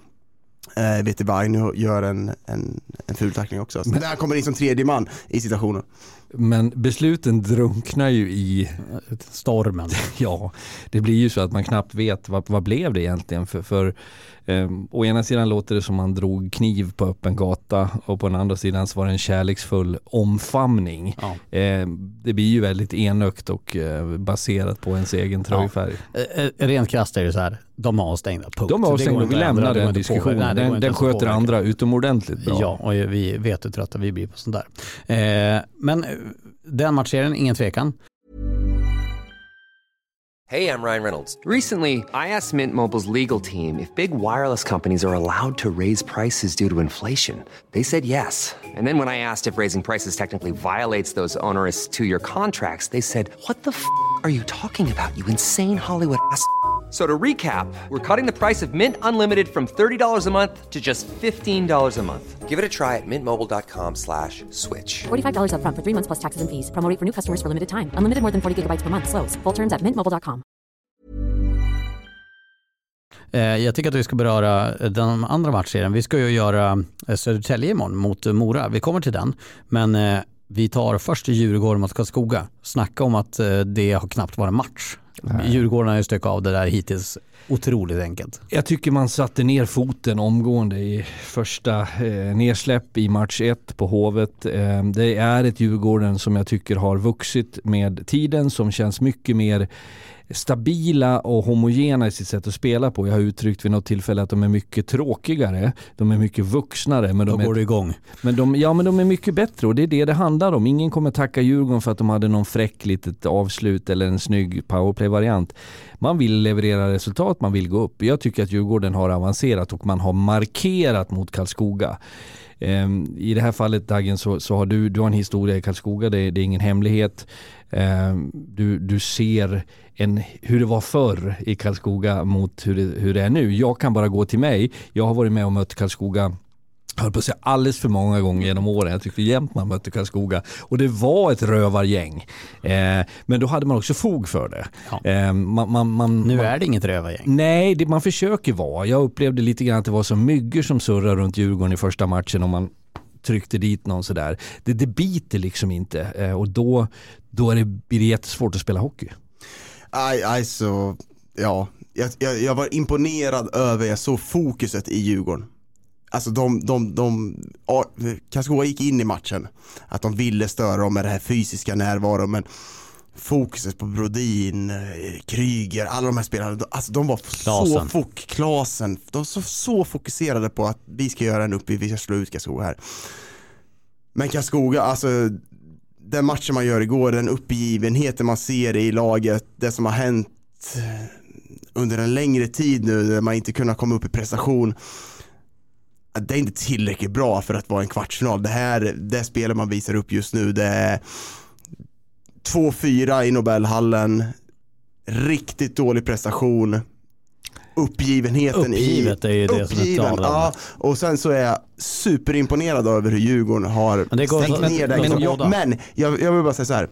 Eh, Veti Vainio gör en, en, en ful tackling också. Men där kommer in som tredje man i situationen. Men besluten drunknar ju i stormen. Ja, det blir ju så att man knappt vet vad, vad blev det egentligen. För, för eh, å ena sidan låter det som man drog kniv på öppen gata, och på den andra sidan så var det en kärleksfull omfamning. Ja. Eh, det blir ju väldigt enökt och eh, baserat på ens egen tröjfärg. Ja. Eh, rent krasst är det så här, de har avstängda. Punkt. De har avstängda, vi lämnar den diskussionen. Nej, den den sköter andra utomordentligt bra. Ja, och vi vet hur trötta vi blir på sånt där. Eh, men den matchserien, ingen tvekan. Hey, I'm Ryan Reynolds. Recently, I asked Mint Mobile's legal team if big wireless companies are allowed to raise prices due to inflation. They said yes. And then when I asked if raising prices technically violates those onerous two-year contracts, they said, what the f*** are you talking about, you insane Hollywood ass? So to recap, we're cutting the price of Mint Unlimited from thirty dollars a month to just fifteen dollars a month. Give it a try at mintmobile.com slash switch. forty-five dollars up front for three months plus taxes and fees. Promo rate for new customers for limited time. Unlimited more than forty gigabytes per month. Slows full terms at mint mobile dot com. Jag tycker att vi ska beröra den andra matchen. Vi ska ju göra Södertälje imorgon mot Mora. Vi kommer till den. Men vi tar först Djurgården mot Karlskoga. Snacka om att det har knappt varit match. Nej. Djurgården har ju stökat av det där hittills otroligt enkelt. Jag tycker man satte ner foten omgående i första eh, nedsläpp i match ett på Hovet. Eh, det är ett Djurgården som jag tycker har vuxit med tiden, som känns mycket mer stabila och homogena i sitt sätt att spela på. Jag har uttryckt vid något tillfälle att de är mycket tråkigare, de är mycket vuxnare, men de Då går är, det igång. Men de, ja, men de är mycket bättre, och det är det det handlar om. Ingen kommer tacka Djurgården för att de hade någon fräck litet avslut eller en snygg powerplay-variant. Man vill leverera resultat, man vill gå upp. Jag tycker att Djurgården har avancerat och man har markerat mot Karlskoga. Um, I det här fallet, Dagen, så, så har du, du har en historia i Karlskoga, det, det är ingen hemlighet. Um, du, du ser en, hur det var förr i Karlskoga mot hur det, hur det är nu. Jag kan bara gå till mig. Jag har varit med och mött Karlskoga, jag höll på att säga alldeles för många gånger genom åren. Jag tyckte jämt man mötte Karlskoga. Och det var ett rövargäng. Eh, men då hade man också fog för det. Ja. Eh, man, man, man, nu man, är det inget rövargäng. Nej, det, man försöker vara. Jag upplevde lite grann att det var som myggor som surrar runt Djurgården i första matchen, om man tryckte dit någon sådär. Det, det biter liksom inte. Eh, och då, då är det, blir det jättesvårt att spela hockey. Aj, aj så, ja. Jag, jag, jag var imponerad över, jag såg fokuset i Djurgården. Alltså de, de, de, Karlskoga gick in i matchen att de ville störa dem med det här fysiska närvaron, men fokuset på Brodin, Kryger, alla de här spelarna, alltså de var Klasen. så fok, Klasen, de var så, så fokuserade på att vi ska göra en uppgift, vi ska slå ut Karlskoga här. Men Karlskoga, alltså den matchen man gör igår, den uppgivenheten man ser i laget, det som har hänt under en längre tid nu där man inte kunnat komma upp i prestation, det är inte tillräckligt bra för att vara en kvartsfinal. Det här, det spelet man visar upp just nu, det är två fyra i Nobelhallen, riktigt dålig prestation, uppgivenheten Uppgivet i är ju det uppgiven, som är ja, och sen så är jag superimponerad över hur Djurgården har Men det går stängt så- ner men- det. men- Men, men jag, jag vill bara säga så här.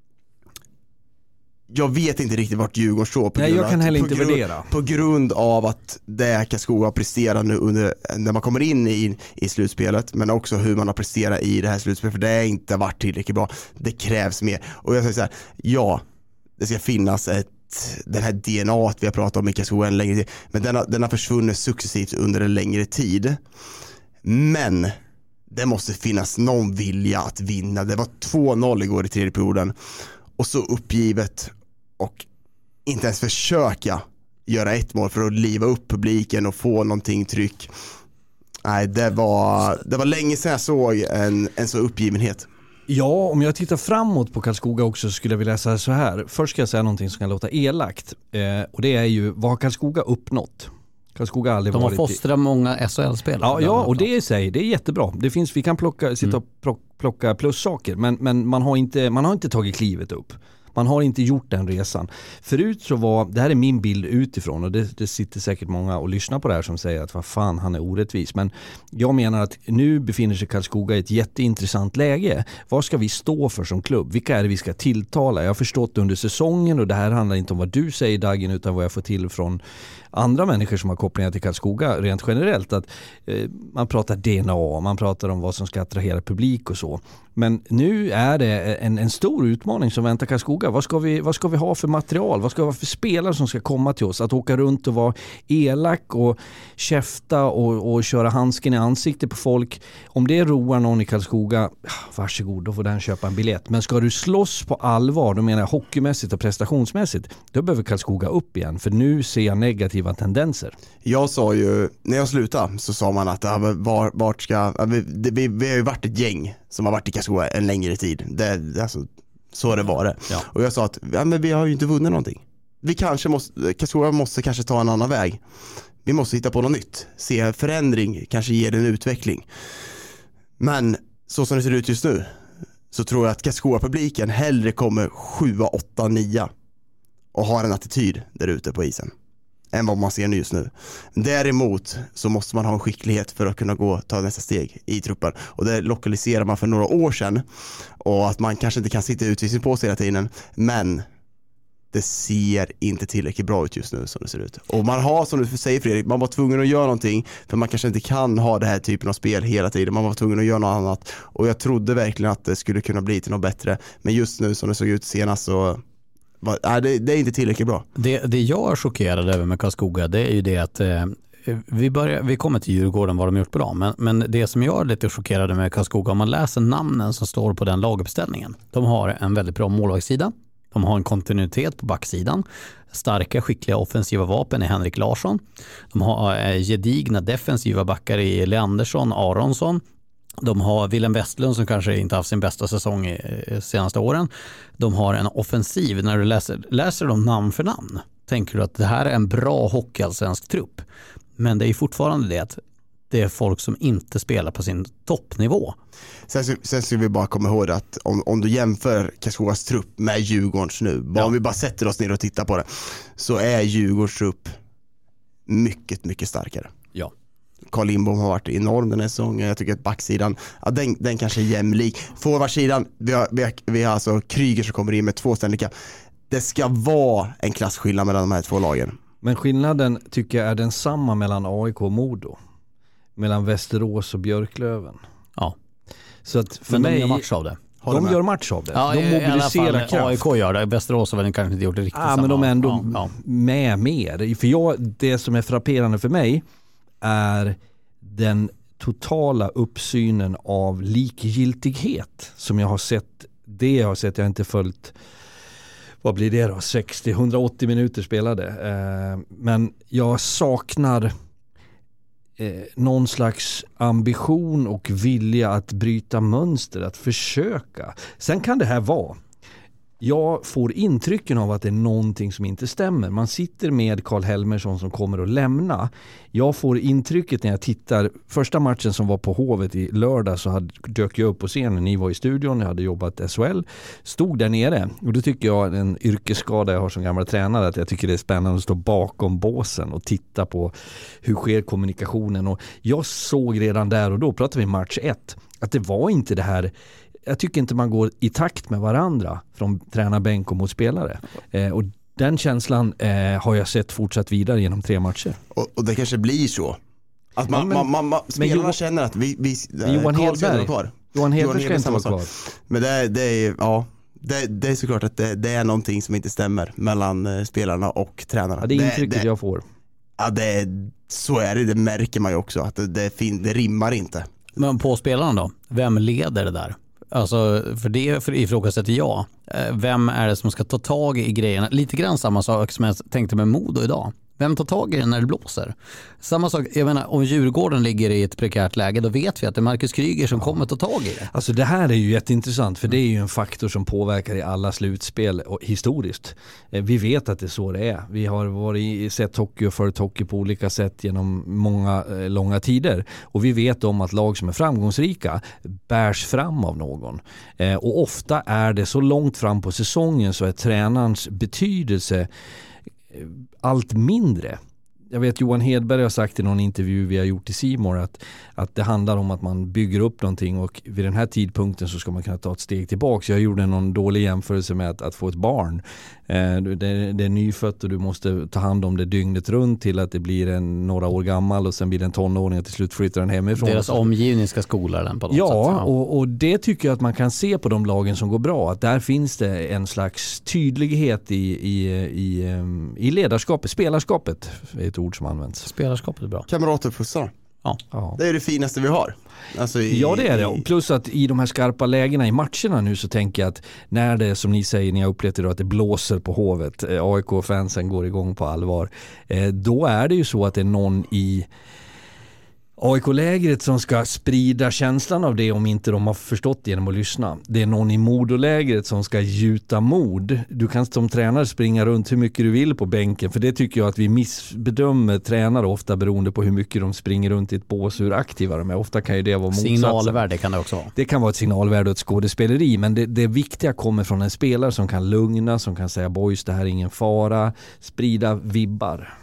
Jag vet inte riktigt vart Djurgården står på Nej, grund jag av kan att- heller på inte grund, värdera. På grund av att det Karlskoga har presterat nu under, när man kommer in i, i slutspelet, men också hur man har presterat i det här slutspelet, för det har inte varit tillräckligt bra. Det krävs mer. Och jag säger så här, ja, det ska finnas ett den här D N A att vi har pratat om i Karlskoga en längre tid, men den har, den har försvunnit successivt under en längre tid. Men det måste finnas någon vilja att vinna. Det var två noll igår i tredje perioden och så uppgivet och inte ens försöka göra ett mål för att liva upp publiken och få någonting tryck. Nej, det var, det var länge sedan jag såg en, en så uppgivenhet. Ja, om jag tittar framåt på Karlskoga också så skulle jag vilja säga så här. Först ska jag säga någonting som kan låta elakt. Eh, och det är ju, vad har Karlskoga uppnått? Karlskoga har aldrig De har varit... fostrat många S H L-spelare. Ja, ja, och det är sig, det är jättebra. Det finns, vi kan plocka, sitta och plocka, plocka plussaker, men, men man, har inte, man har inte tagit klivet upp. Man har inte gjort den resan. Förut så var, det här är min bild utifrån och det, det sitter säkert många och lyssnar på det här som säger att vad fan, han är orättvis. Men jag menar att nu befinner sig Karlskoga i ett jätteintressant läge. Vad ska vi stå för som klubb? Vilka är det vi ska tilltala? Jag har förstått under säsongen, och det här handlar inte om vad du säger Dagen, utan vad jag får till från andra människor som har kopplingar till Karlskoga rent generellt, att eh, man pratar D N A, man pratar om vad som ska attrahera publik och så. Men nu är det en, en stor utmaning som väntar Karlskoga. Vad ska, vi, vad ska vi ha för material? Vad ska vi ha för spelare som ska komma till oss? Att åka runt och vara elak och käfta och, och köra handsken i ansiktet på folk. Om det roar någon i Karlskoga, varsågod, då får den köpa en biljett. Men ska du slåss på allvar, då menar jag hockeymässigt och prestationsmässigt, då behöver Karlskoga upp igen. För nu ser jag negativa tendenser. Jag sa ju, när jag slutade så sa man att ja, var, vart ska, ja, vi, det, vi, vi har ju varit ett gäng som har varit i Karlskoga en längre tid. Det, alltså, så har det varit. Ja. Och jag sa att ja, men vi har ju inte vunnit någonting. Vi kanske måste, Karlskoga måste kanske ta en annan väg. Vi måste hitta på något nytt. Se förändring, kanske ge det en utveckling. Men så som det ser ut just nu så tror jag att Karlskoga-publiken hellre kommer sju, åtta, nio och har en attityd där ute på isen än vad man ser nu just nu. Däremot så måste man ha en skicklighet för att kunna gå ta nästa steg i truppen. Och det lokaliserar man för några år sedan. Och att man kanske inte kan sitta utvisning på sig hela tiden. Men det ser inte tillräckligt bra ut just nu som det ser ut. Och man har, som du säger Fredrik, man var tvungen att göra någonting. För man kanske inte kan ha det här typen av spel hela tiden. Man var tvungen att göra något annat. Och jag trodde verkligen att det skulle kunna bli till något bättre. Men just nu som det såg ut senast så Nej, det, det är inte tillräckligt bra. Det, det jag är chockerad över med Karlskoga, det är ju det att eh, vi, börjar, vi kommer till Djurgården, vad de gjort bra, men, men det som jag är lite chockerad med Karlskoga, om man läser namnen som står på den laguppställningen, de har en väldigt bra målvaktssida, de har en kontinuitet på backsidan, starka skickliga offensiva vapen i Henrik Larsson, de har eh, gedigna defensiva backar i Leandersson, Aronsson. De har Willem Westlund som kanske inte haft sin bästa säsong i senaste åren. De har en offensiv. När du läser, läser de namn för namn tänker du att det här är en bra hockeyallsvensk trupp. Men det är fortfarande det att det är folk som inte spelar på sin toppnivå. Sen, sen ska vi bara komma ihåg att om, om du jämför Karlskogas trupp med Djurgårdens nu, bara Ja. om vi bara sätter oss ner och tittar på det, så är Djurgårdens trupp mycket, mycket starkare. Ja. Carl Lindbom har varit enorm den här säsongen. Jag tycker att backsidan, ja, den, den kanske är jämlik. Forwardsidan, vi har, vi, har, vi har alltså Kryger som kommer in med två Stanley Cup. Det ska vara en klassskillnad mellan de här två lagen. Men skillnaden tycker jag är densamma mellan A I K och Modo. Mellan Västerås och Björklöven. Ja. Så att för Men de mig, gör match av det. Håller de med. gör match av det. Ja, de i alla mobiliserar fall kraft. A I K gör det. Västerås har väl kanske inte gjort det riktigt Ja, samma. men de är ändå Ja, ja. med mer. För jag, det som är frapperande för mig är den totala uppsynen av likgiltighet som jag har sett. Det jag har sett, jag har inte följt, vad blir det då? sextio till hundraåttio minuter spelade. Eh, men jag saknar eh, någon slags ambition och vilja att bryta mönster, att försöka. Sen kan det här vara, jag får intrycken av att det är någonting som inte stämmer. Man sitter med Karl Helmersson som kommer att lämna. Jag får intrycket när jag tittar, första matchen som var på Hovet i lördag så hade, dök jag upp på scenen, ni var i studion, jag hade jobbat S H L, stod där nere och då tycker jag, en yrkesskada jag har som gammal tränare, att jag tycker det är spännande att stå bakom båsen och titta på hur sker kommunikationen, och jag såg redan där och då, pratade vi match ett, att det var inte det här. Jag tycker inte man går i takt med varandra från tränarbänk och mot spelare. Eh, och den känslan eh, har jag sett fortsatt vidare genom tre matcher. Och, och det kanske blir så. Att man, ja, men, man, man, man, spelarna Johan, känner att vi... vi Johan Hedberg kvar. Johan Hedberg ska inte vara kvar. Men det, det är... Ja. Det, det är såklart att det, det är någonting som inte stämmer mellan uh, spelarna och tränarna. Ja, det är intrycket det, det, jag får. Ja, det, så är det. Det märker man ju också. Att det, det, fin, det rimmar inte. Men på spelarna då? Vem leder det där? Alltså, för det för ifrågasätter jag. Vem är det som ska ta tag i grejerna? Lite grann samma sak som jag tänkte med Modo idag. Vem tar tag i det när det blåser? Samma sak, jag menar, om Djurgården ligger i ett prekärt läge, då vet vi att det är Marcus Kryger som ja. kommer ta tag i det. Alltså det här är ju jätteintressant, för det är ju en faktor som påverkar i alla slutspel och historiskt. Vi vet att det är så det är. Vi har varit, sett hockey och följt hockey på olika sätt genom många eh, långa tider. Och vi vet om att lag som är framgångsrika bärs fram av någon. Eh, och ofta är det så långt fram på säsongen så är tränarens betydelse allt mindre. Jag vet Johan Hedberg har sagt i någon intervju vi har gjort i C More att, att det handlar om att man bygger upp någonting och vid den här tidpunkten så ska man kunna ta ett steg tillbaka. Jag gjorde någon dålig jämförelse med att, att få ett barn. Eh, det, det är nyfött och du måste ta hand om det dygnet runt till att det blir en några år gammal och sen blir det en tonåring och till slut flyttar den hemifrån. Deras omgivning ska skola den på något ja, sätt. Ja, och, och det tycker jag att man kan se på de lagen som går bra. Att där finns det en slags tydlighet i, i, i, i ledarskapet, spelarskapet är ett ord som används. Spelarskapet är bra. Kamratuppussar. Ja. Ja. Det är det finaste vi har. Alltså i, ja, det är det. Och plus att i de här skarpa lägena i matcherna nu så tänker jag att när det, som ni säger, ni har upplevt idag att det blåser på Hovet, A I K-fansen går igång på allvar, då är det ju så att det är någon i A I K-lägret som ska sprida känslan av det om inte de har förstått genom att lyssna. Det är någon i Modolägret som ska gjuta mod. Du kan som tränare springa runt hur mycket du vill på bänken, för det tycker jag att vi missbedömer tränare ofta beroende på hur mycket de springer runt i ett bås, hur aktiva de är. Ofta kan ju det vara motsatsen. Signalvärde kan det också vara. Det kan vara ett signalvärde och ett skådespeleri, men det, det viktiga kommer från en spelare som kan lugna, som kan säga boys, det här är ingen fara, sprida vibbar.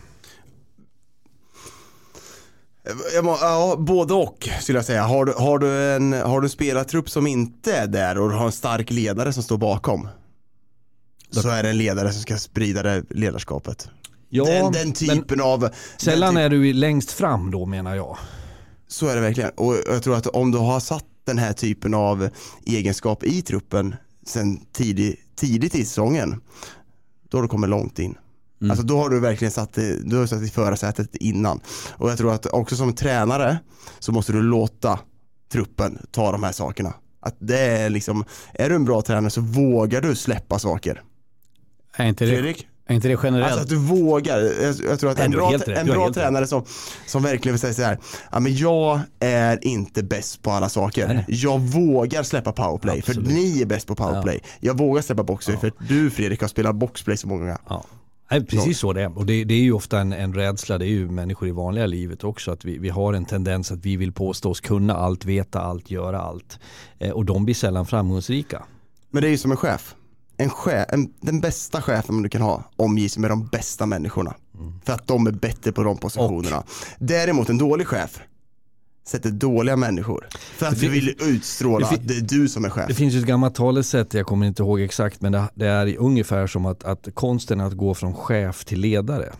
Ja, både och skulle jag säga. Har du, har du en, har du en spelartrupp som inte är där och du har en stark ledare som står bakom, så är det en ledare som ska sprida det ledarskapet. Ja, den, den typen av... Sällan typ, är du längst fram då, menar jag. Så är det verkligen. Och jag tror att om du har satt den här typen av egenskap i truppen sen tidigt, tidigt i säsongen, då har du kommit långt in. Mm. Alltså då har du verkligen satt, du har satt i förarsätet innan. Och jag tror att också som tränare så måste du låta truppen ta de här sakerna. Att det är liksom, är du en bra tränare så vågar du släppa saker. Är inte det, Fredrik? Är inte det generellt? Alltså att du vågar. Jag, jag tror att en bra, en bra tränare som, som verkligen vill säga så här, ja, men jag är inte bäst på alla saker. Nej. Jag vågar släppa powerplay. Absolut. För ni är bäst på powerplay. Ja. Jag vågar släppa boxplay, ja. För du, Fredrik, har spelat boxplay så många gånger. Ja. Nej, precis så det är. Och det, det är ju ofta en, en rädsla, det är ju människor i vanliga livet också, att vi, vi har en tendens att vi vill påstå oss kunna allt, veta allt, göra allt. Eh, och de blir sällan framgångsrika. Men det är ju som en chef. En chef en, den bästa chefen du kan ha omges med de bästa människorna. Mm. För att de är bättre på de positionerna. Och Däremot en dålig chef sätter dåliga människor. För att du vill utstråla det, att det är du som är chef. Det finns ju ett gammalt talesätt, jag kommer inte ihåg exakt, men det, det är ungefär som att, att konsten är att gå från chef till ledare.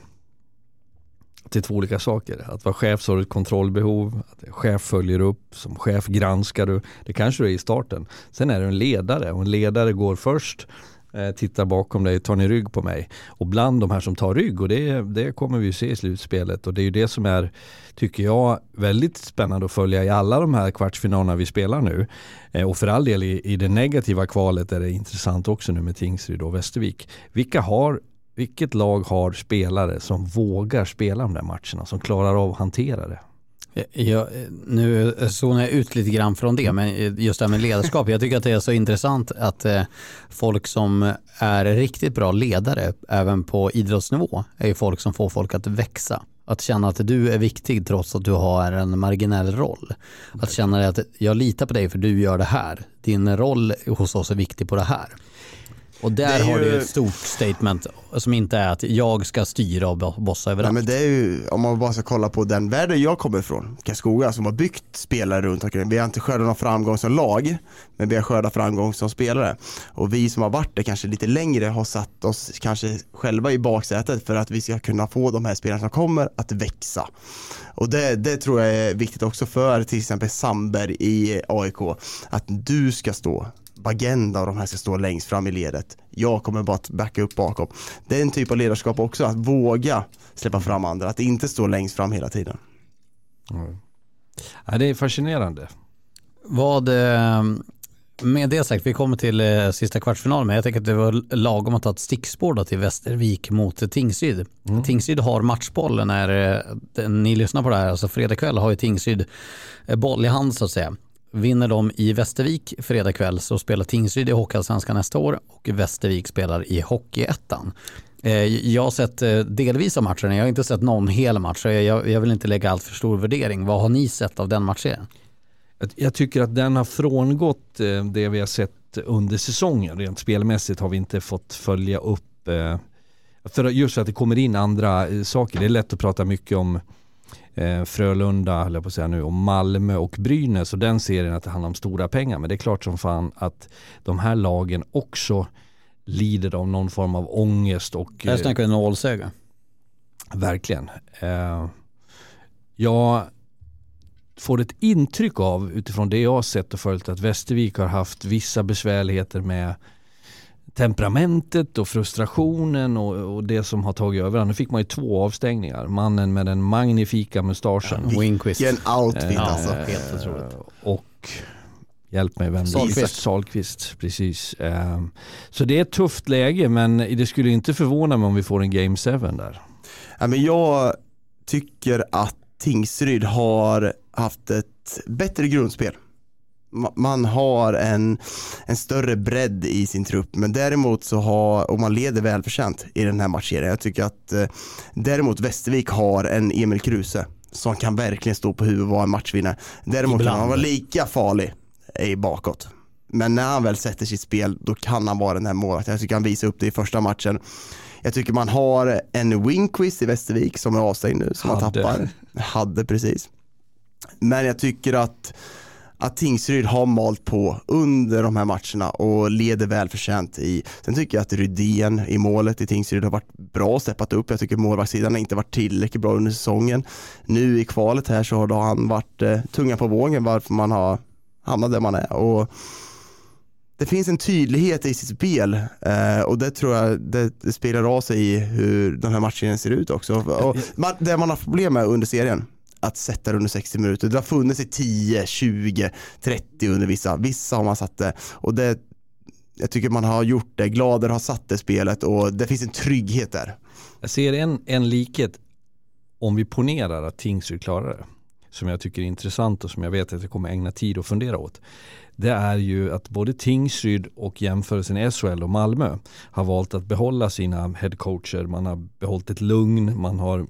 Till två olika saker. Att vara chef så har du ett kontrollbehov, att chef följer upp, som chef granskar du. Det kanske du är i starten. Sen är du en ledare, och en ledare går först, eh, tittar bakom dig, tar ni rygg på mig. Och bland de här som tar rygg, och det, det kommer vi ju se i slutspelet, och det är ju det som är, tycker jag, väldigt spännande att följa i alla de här kvartsfinalerna vi spelar nu. Eh, och för all del i, i det negativa kvalet är det intressant också nu med Tingsryd och Västervik. Vilka har Vilket lag har spelare som vågar spela de där matcherna, som klarar av att hantera det? Jag, nu zonar jag ut lite grann från det, men just det här med ledarskap. Jag tycker att det är så intressant att eh, folk som är riktigt bra ledare, även på idrottsnivå, är ju folk som får folk att växa. Att känna att du är viktig trots att du har en marginell roll. Att känna att jag litar på dig för du gör det här. Din roll hos oss är viktig på det här. Och där ju... har du ett stort statement som inte är att jag ska styra och bossa överallt. Nej, men det är ju, om man bara ska kolla på den världen jag kommer ifrån, Karlskoga, som har byggt spelare runt omkring. Vi har inte skördat någon framgång som lag, men vi har skördat framgång som spelare. Och vi som har varit det kanske lite längre har satt oss kanske själva i baksätet för att vi ska kunna få de här spelarna som kommer att växa. Och det, det tror jag är viktigt också för till exempel Sandberg i A I K, att du ska stå Bagenda och de här ska stå längst fram i ledet. Jag kommer bara att backa upp bakom. Det är en typ av ledarskap också, att våga släppa fram andra, att inte stå längst fram hela tiden. Mm. Ja, det är fascinerande. Vad, med det sagt, vi kommer till sista kvartsfinalen, men jag tänker att det var lagom att ta ett stickspår då till Västervik mot Tingsryd. Mm. Tingsryd har matchboll när ni lyssnar på det här, alltså fredag kväll har ju Tingsryd boll i hand så att säga. Vinner de i Västervik fredag kväll så spelar Tingsryd i Hockeyallsvenskan nästa år och Västervik spelar i Hockeyettan. Jag har sett delvis av matchen, jag har inte sett någon hel match, jag, jag vill inte lägga allt för stor värdering. Vad har ni sett av den matchen? Jag tycker att den har frångått det vi har sett under säsongen. Rent spelmässigt har vi inte fått följa upp, för just att det kommer in andra saker. Det är lätt att prata mycket om Frölunda, eller på att säga nu, om Malmö och Brynäs och den serien, att det handlar om stora pengar, men det är klart som fan att de här lagen också lider av någon form av ångest och jag snackar en nålsöga. Verkligen. Eh, jag får ett intryck av, utifrån det jag har sett och följt, att Västervik har haft vissa besvärligheter med temperamentet och frustrationen och, och det som har tagit över. Nu fick man ju två avstängningar. Mannen med den magnifika mustaschen. Ja, Winquist. Vilken outfit ja, alltså. Helt otroligt. Och hjälp mig vem Sahlqvist. Isak Sahlqvist, precis. Så det är ett tufft läge, men det skulle inte förvåna mig om vi får en Game sju där. Ja, men jag tycker att Tingsryd har haft ett bättre grundspel. Man har en, en större bredd i sin trupp, men däremot så har, och man leder välförtjänt i den här matchen. Jag tycker att eh, däremot Västervik har en Emil Kruse som kan verkligen stå på huvudet och vara en matchvinnare. Däremot Ibland. kan han vara lika farlig i bakåt. Men när han väl sätter sitt spel, då kan han vara den här målvakten. Jag tycker han visar upp det i första matchen. Jag tycker man har en Winquist i Västervik som är avstängd nu, som Hade. man tappar. Hade precis. Men jag tycker att att Tingsryd har malt på under de här matcherna och leder välförtjänt i. Sen tycker jag att Rydén i målet i Tingsryd har varit bra och steppat upp. Jag tycker målvaktssidan har inte varit tillräckligt bra under säsongen. Nu i kvalet här så har då han varit eh, tunga på vågen varför man har hamnat där man är. Och det finns en tydlighet i sitt spel eh, och det tror jag det, det spelar av sig i hur den här matchen ser ut också. Och man, det man har problem med under serien, att sätta under sextio minuter. Det har funnits i tio, tjugo, trettio under vissa. Vissa har man satt det. Och det, jag tycker man har gjort det. Glader har satt det spelet och det finns en trygghet där. Jag ser en, en likhet om vi ponerar att Tingsryd klarar det. Som jag tycker är intressant och som jag vet att jag kommer ägna tid att fundera åt. Det är ju att både Tingsryd och jämförelsen i S H L och Malmö har valt att behålla sina headcoacher. Man har behållit ett lugn. Man har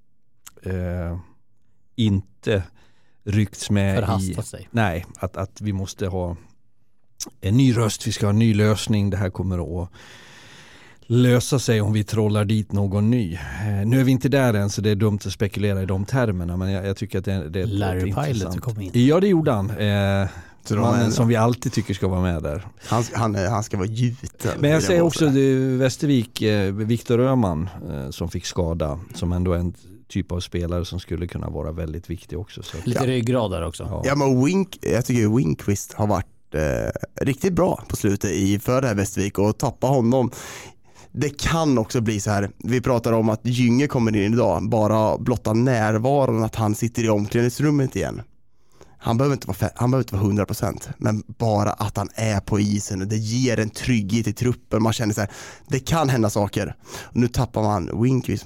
eh, inte ryckts med Förhastat i, sig. Nej, att, att vi måste ha en ny röst, vi ska ha en ny lösning, det här kommer att lösa sig om vi trollar dit någon ny. Eh, nu är vi inte där än så det är dumt att spekulera i de termerna, men jag, jag tycker att det, det är Larry Pilot kom in. Ja, det gjorde han. Eh, mannen som vi alltid tycker ska vara med där. Han, han, han ska vara gjuten. Men jag säger också det, Västervik, eh, Viktor Öhman eh, som fick skada, som ändå är en typ av spelare som skulle kunna vara väldigt viktig också. Så. Lite ja. ryggrad där också. Ja, ja men Wink, jag tycker Winquist har varit eh, riktigt bra på slutet i för det här Västervik och tappa honom. Det kan också bli så här, vi pratar om att Gynge kommer in idag, bara blotta närvaron att han sitter i omklädningsrummet igen. Han behöver inte vara, han behöver inte vara hundra procent, men bara att han är på isen och det ger en trygghet i truppen. Man känner så här, det kan hända saker. Och nu tappar man Winquist, man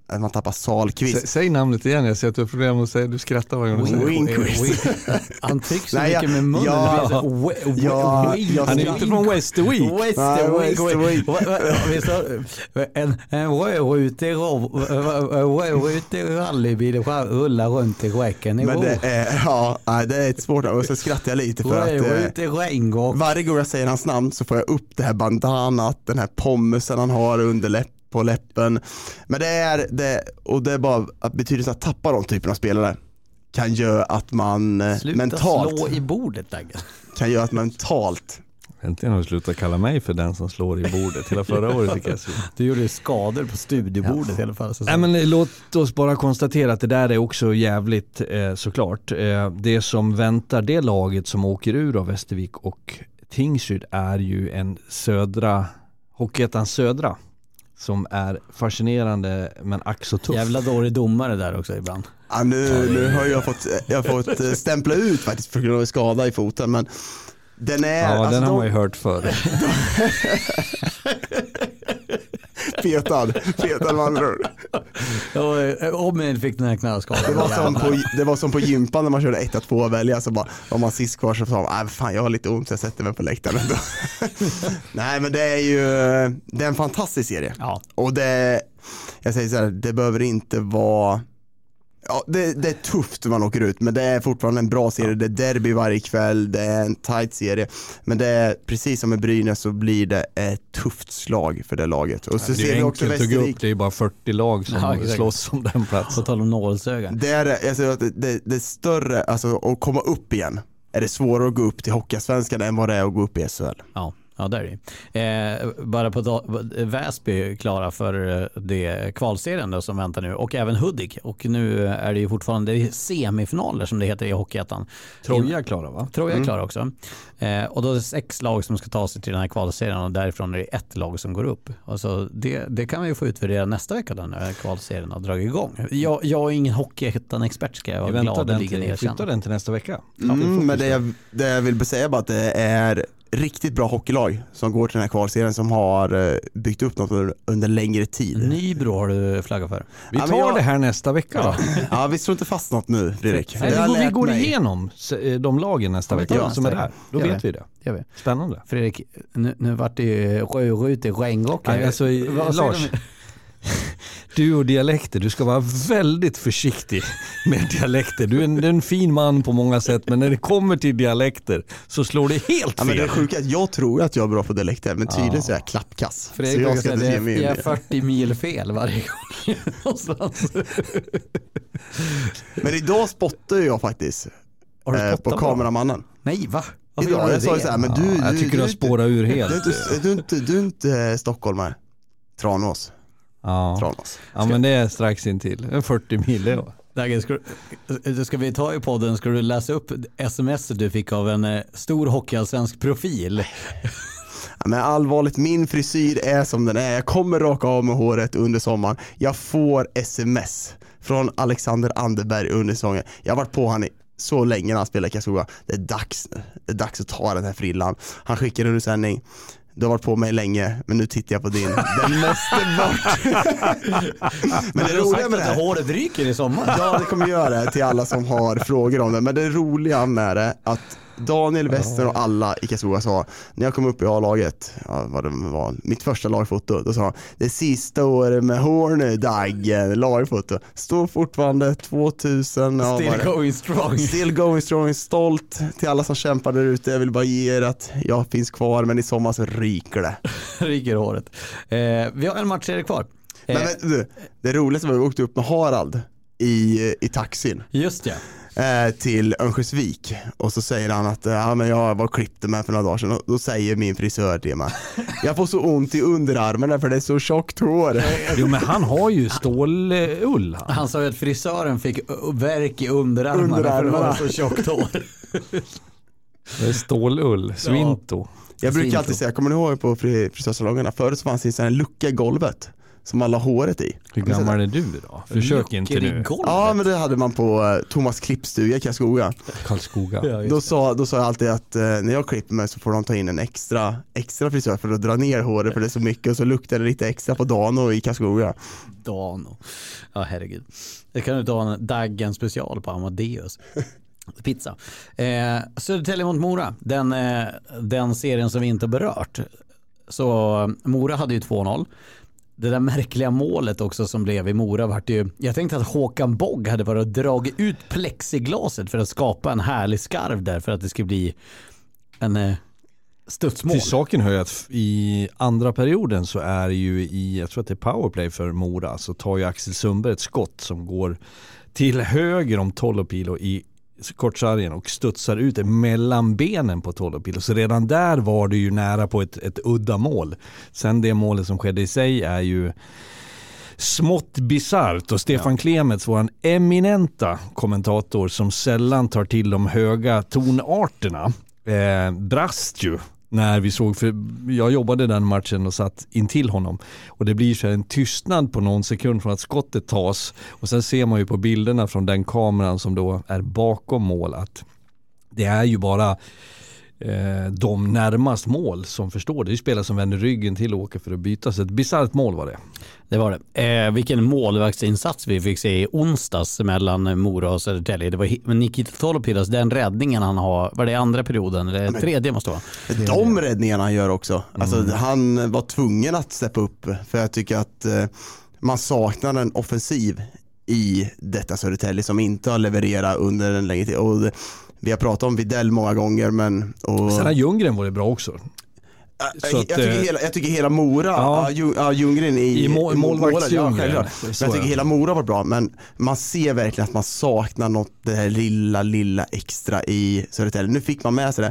att man tappar Sahlqvist. S- säg namnet igen, jag ser att du har problem att säga, du skrattar varje gång du säger Winquist. Han tycks så Nej, mycket ja, med munnen. ja, Det blir så- we- ja, we- jag- Han är inte från Westerweek. Nej, Westerweek. Westerweek. Va- va- visst har- En en rödrutig rödrutig rallybil rullar runt i räcken. Men det är, ja, nej, det är ett svårt, och så skrattar jag lite för att eh, Rödrutig regngång. varje gång jag säger hans namn så får jag upp det här bandanat, den här pommesen han har under läpp, på läppen. Men det är det, och det är bara att betydelsen att tappa de typerna av spelare kan göra att man eh, Sluta mentalt slå i bordet, Dagge. kan göra att mentalt Äntligen har du slutat kalla mig för den som slår i bordet. Hela förra året fick jag se. Du gjorde ju skador på studiebordet i alla fall. Så Nej, men låt oss bara konstatera att det där är också jävligt eh, såklart. Eh, det som väntar det laget som åker ur av Västervik och Tingsryd är ju en södra, Hockeyettan södra, som är fascinerande men ack så tuff. Jävla dålig domare där också ibland. ja, nu, nu har jag fått, jag har fått eh, stämpla ut faktiskt för grund av skada i foten, men den är... Ja, alltså, den har de- man ju hört förr. Petad, petad med andra ord. Ja, om jag fick den här knallskadan. Det var, som på, det var som på gympan när man körde ett två att välja, så bara, om man sist kvar så sa man, nej fan jag har lite ont så jag sätter mig på läktaren. Nej, men det är ju, det är en fantastisk serie. Ja. Och det, jag säger så här, det behöver inte vara, ja, det, det är tufft när man åker ut, men det är fortfarande en bra serie. Det är derby varje kväll, det är en tight serie, men det är precis som med Brynäs så blir det ett tufft slag för det laget. Och så Det ser är vi ju också enkelt att gå upp, Västervik. det är bara fyrtio lag som Ja, exakt. slåss om den På platsen. tal om nålsögan. Det är det, alltså, att det, det är större, alltså att komma upp igen är det svårare att gå upp till Hockeyallsvenskan än vad det är att gå upp i S H L. Ja, ja där är det. Eh, bara på da- Väsby klara för eh, det kvalserien då som väntar nu, och även Hudik. Och nu är det ju fortfarande semifinaler som det heter i Hockeyettan. Troja klara, va? Troja är klara också. Eh, och då är det sex lag som ska ta sig till den här kvalserien, och därifrån är det ett lag som går upp. Alltså det, det kan vi ju få utvärdera nästa vecka då när kvalserien har dragit igång. Jag, jag är ingen Hockeyettan-expert, ska jag Vi vara väntar glad den att ligga till, ner flyttar den till nästa vecka. Mm, men det jag, det jag vill säga bara att det är riktigt bra hockeylag som går till den här kvalserien, som har eh, byggt upp något under, under längre tid. Nybro har du flaggat för. Vi Ja, men tar jag- det här nästa vecka då. Ja, vi står inte fast något nu, Fredrik. Nej, Det har vi, går- vi lärt går mig. igenom s- de lagen nästa Ja, vi vecka tar då, som är nästa där. vecka. Då Gör vet vi det. Gör vi. Spännande. Fredrik, nu, nu vart det ju sjörutig regnrock. Nej, alltså, Vad säger Lars, de? du och dialekter, du ska vara väldigt försiktig med dialekter. Du är en, du är en fin man på många sätt, men när det kommer till dialekter så slår det helt Ja, men det är fel. sjukt att jag tror att jag är bra på dialekter, men tydligen så är jag klappkass. Fredrik så jag brukar ska säga inte ge att mig jag in är i det. fyrtio mil fel varje gång. Någonstans. Men idag spottar jag faktiskt Har du eh, på spottat bra? kameramannen. Nej, va? Varför Idag, gör jag du sa ju det? så här, men du, Ja, jag du, tycker du, du har spårat ur du, helt. du, är inte- du, är inte- du är inte eh, stockholmare. Tranås. Ja. Tranås. ja, men det är strax in till. En fyrtio mil det var. Dagge, ska, du- ska vi ta i podden, ska du läsa upp sms du fick av en eh, stor hockeyallsvensk profil? Ja, men allvarligt, min frisyr är som den är. Jag kommer raka av med håret under sommaren. Jag får sms från Alexander Anderberg under säsongen. Jag har varit på han i så länge när han spelar i Karlskoga. Det är dags nu. Det är dags att ta den här frillan. Han skickar under sändning. Du har varit på mig länge, men nu tittar jag på din. Den måste bort. Men det Du har roliga sagt med det att här, håret ryker i sommar. ja, det kommer göra det till alla som har frågor om det. Men det roliga med det att Daniel Wester och alla i Karlskoga sa, när jag kom upp i A-laget, ja, vad det var, mitt första lagfoto, då sa han, det sista året med hår nu, Daggen, lagfoto. Står fortfarande tvåtusen. Ja, Still vad är det? going strong. Still going strong, stolt till alla som kämpar där ute. Jag vill bara ge er att jag finns kvar, men i sommar så ryker det. Ryker håret. Eh, vi har en matchserie kvar. Eh, Men vet du, det roligaste var att vi åkte upp med Harald i, i taxin. just det. Eh, till Örnsköldsvik, och så säger han att ja, men jag var och klippte mig för några dagar sedan, och då säger min frisör till mig, jag får så ont i underarmarna för det är så tjockt hår. Jo, men han har ju stålull. Han. Han sa ju att frisören fick uh, värk i underarmarna, Underarmarna. för att ha så tjockt hår. Det är stålull, Svinto. Jag brukar Svinto. alltid säga, kommer ni ihåg på fri- frisörsalongerna, förut så fanns det en sån här lucka i golvet som man la håret i. Hur gammal är du då? Försök inte nu. Ja, men det hade man på uh, Thomas klippstuga i Karlskoga. Karlskoga. Ja, då, sa, då sa jag alltid att uh, när jag klipper mig så får de ta in en extra, extra frisör för att dra ner håret för det är så mycket, och så luktar det lite extra på Dano i Karlskoga. Dano. Ja, herregud. Det kan du ta en Daggen special på Amadeus. Pizza. Eh, Södertälje mot Mora. Den, eh, den serien som vi inte berört. Så Mora hade ju två noll. Det där märkliga målet också som blev i Mora vart ju, jag tänkte att Håkan Bogg hade bara dragit ut plexiglaset för att skapa en härlig skarv där för att det skulle bli en eh, studsmål. Till saken hör jag att i andra perioden så är ju i, jag tror att det är powerplay för Mora, så tar ju Axel Sundberg ett skott som går till höger om Tolopilo i kortsargen och studsar ut mellan benen på Tolopilo. Så redan där var det ju nära på ett, ett udda mål. Sen det målet som skedde i sig är ju smått bizarrt, och Stefan ja. Klemets, vår eminenta kommentator som sällan tar till de höga tonarterna, eh, brast ju när vi såg, för jag jobbade den matchen och satt in till honom, och det blir så en tystnad på någon sekund från att skottet tas, och sen ser man ju på bilderna från den kameran som då är bakom mål att det är ju bara eh, de närmast mål som förstår det. Det är spelare som vänder ryggen till och åker för att byta, så ett bizarrt mål var det. Det var det. Eh, vilken målvaktsinsats vi fick se i onsdags mellan Mora och Södertälje. Det var Nikita Tolopilos, den räddningen han har, var det andra perioden eller men, tredje måste vara. De räddningarna han gör också. Alltså, mm. Han var tvungen att steppa upp, för jag tycker att eh, man saknar en offensiv i detta Södertälje som inte har levererat under en längre tid. Och det, vi har pratat om Videll många gånger, men... Och... Sen har Ljunggren var det bra också. Jag, jag, tycker hela, jag tycker hela Mora, ja. Ja, Ljunggren i, I må, målvakts ja, självklart. Men jag tycker hela Mora var bra, men man ser verkligen att man saknar något, det här lilla, lilla extra i Södertälje. Nu fick man med sig det.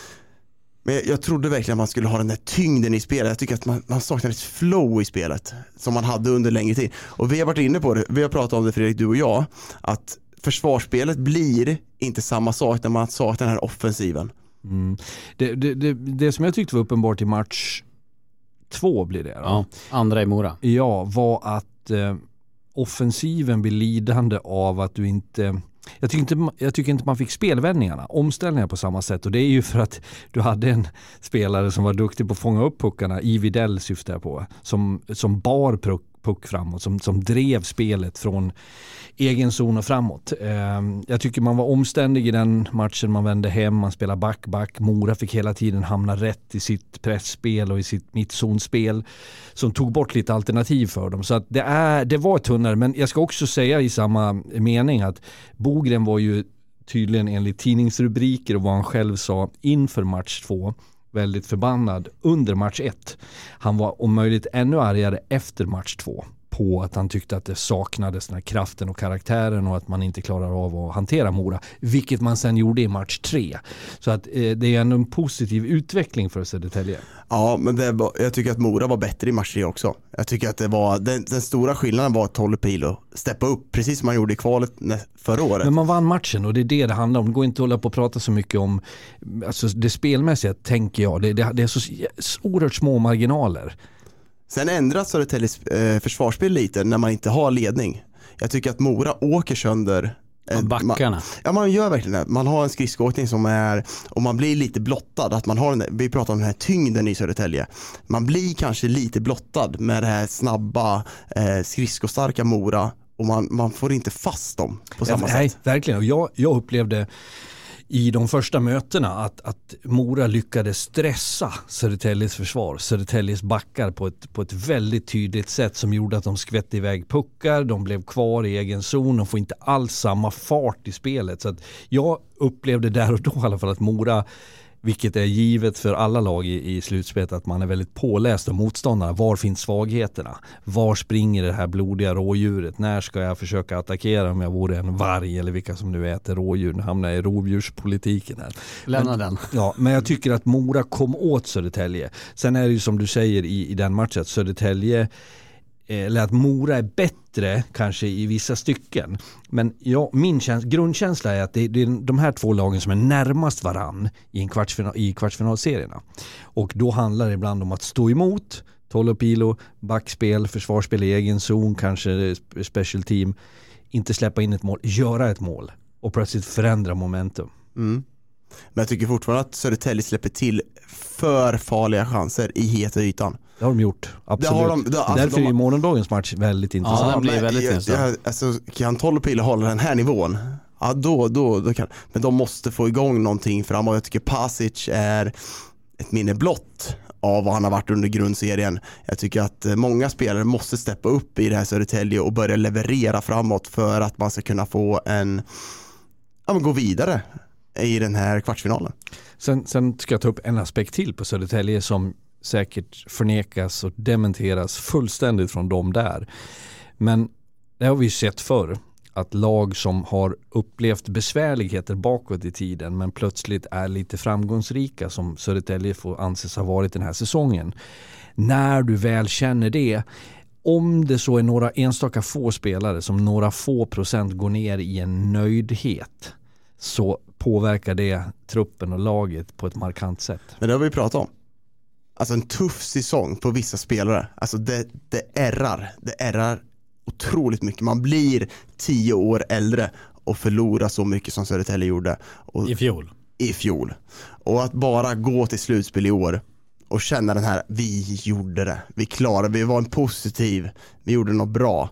Men jag, jag trodde verkligen att man skulle ha den där tyngden i spelet. Jag tycker att man, man saknar ett flow i spelet som man hade under längre tid. Och vi har varit inne på det, vi har pratat om det Fredrik, du och jag, att försvarsspelet blir inte samma sak när man saknar den här offensiven. Mm. Det, det, det, det som jag tyckte var uppenbart i match två blir det. Ja, andra i Mora. Ja, var att eh, offensiven blir lidande av att du inte... Jag tycker, inte, jag tycker inte man fick spelvändningarna, omställningar på samma sätt, och det är ju för att du hade en spelare som var duktig på att fånga upp puckarna, i Videll syftar jag på, som, som bar puck, puck framåt, som, som drev spelet från egen zon och framåt. Eh, jag tycker man var omständig i den matchen, man vände hem, man spelade back-back, Mora fick hela tiden hamna rätt i sitt pressspel och i sitt mittzonspel som tog bort lite alternativ för dem. Så att det, är, det var tunnare, men jag ska också säga i samma mening att Bogren var ju tydligen enligt tidningsrubriker och vad han själv sa inför match två väldigt förbannad under match ett. Han var om möjligt ännu argare efter match två på att han tyckte att det saknades den här kraften och karaktären och att man inte klarar av att hantera Mora, vilket man sen gjorde i match tre. Så att eh, det är ändå en positiv utveckling för Södertälje. Ja, men det var, jag tycker att Mora var bättre i match tre också. Jag tycker att det var, den, den stora skillnaden var att Tolopilo steppa upp, precis som man gjorde i kvalet förra året. Men man vann matchen, och det är det det handlar om. Det går inte att hålla på och prata så mycket om alltså det spelmässiga, tänker jag. Det, det, det är så, så oerhört små marginaler. Sen ändras Södertäljes eh, försvarsspel lite när man inte har ledning. Jag tycker att Mora åker sönder eh, backarna. Man, ja, man gör verkligen det. Man har en skridskoåkning som är, och man blir lite blottad. Att man har en, vi pratar om den här tyngden i Södertälje. Man blir kanske lite blottad med det här snabba, eh, skridskostarka Mora, och man, man får inte fast dem på samma ja, nej, sätt. Verkligen, och jag, jag upplevde i de första mötena att, att Mora lyckades stressa Södertäljes försvar, Södertäljes backar på ett, på ett väldigt tydligt sätt som gjorde att de skvätte iväg puckar, de blev kvar i egen zon och får inte alls samma fart i spelet. Så att jag upplevde där och då i alla fall att Mora, vilket är givet för alla lag i, i slutspelet, att man är väldigt påläst av motståndarna. Var finns svagheterna? Var springer det här blodiga rådjuret? När ska jag försöka attackera om jag vore en varg eller vilka som nu äter rådjur? Nu hamnar jag i rovdjurspolitiken här. Lämna men, den. Ja, men jag tycker att Mora kom åt Södertälje. Sen är det ju som du säger i, i den matchen att Södertälje, eller att Mora är bättre kanske i vissa stycken. Men ja, min käns- grundkänsla är att det är, det är de här två lagen som är närmast varann i, en kvartsfinal, i kvartsfinalserierna. Och då handlar det ibland om att stå emot. Tolopilo, backspel, försvarsspel i egen zon, kanske special team. Inte släppa in ett mål, göra ett mål och plötsligt förändra momentum. Mm. Men jag tycker fortfarande att Södertälje släpper till för farliga chanser i heta ytan. Det har de gjort, absolut. Det har de, det, alltså Därför de, är morgondagens match väldigt intressant. Ja, den blir väldigt jag, intressant. jag, alltså, kan Tolopilo hålla den här nivån? Ja, då, då, då kan. Men de måste få igång någonting framåt. Jag tycker Pasic är ett minne blott av vad han har varit under grundserien. Jag tycker att många spelare måste steppa upp i det här Södertälje och börja leverera framåt för att man ska kunna få en, ja, men gå vidare i den här kvartsfinalen. Sen, sen ska jag ta upp en aspekt till på Södertälje som säkert förnekas och dementeras fullständigt från dem där. Men det har vi sett förr, att lag som har upplevt besvärligheter bakåt i tiden men plötsligt är lite framgångsrika, som Södertälje får anses ha varit den här säsongen. När du väl känner det, om det så är några enstaka få spelare som några få procent går ner i en nöjdhet, så påverkar det truppen och laget på ett markant sätt. Men det har vi pratat om. Alltså en tuff säsong på vissa spelare. Alltså det, det ärrar. Det ärrar otroligt mycket. Man blir tio år äldre och förlorar så mycket som Södertälje gjorde. Och, I fjol. I fjol. Och att bara gå till slutspel i år och känna den här, vi gjorde det. Vi klarade, vi var en positiv. Vi gjorde något bra.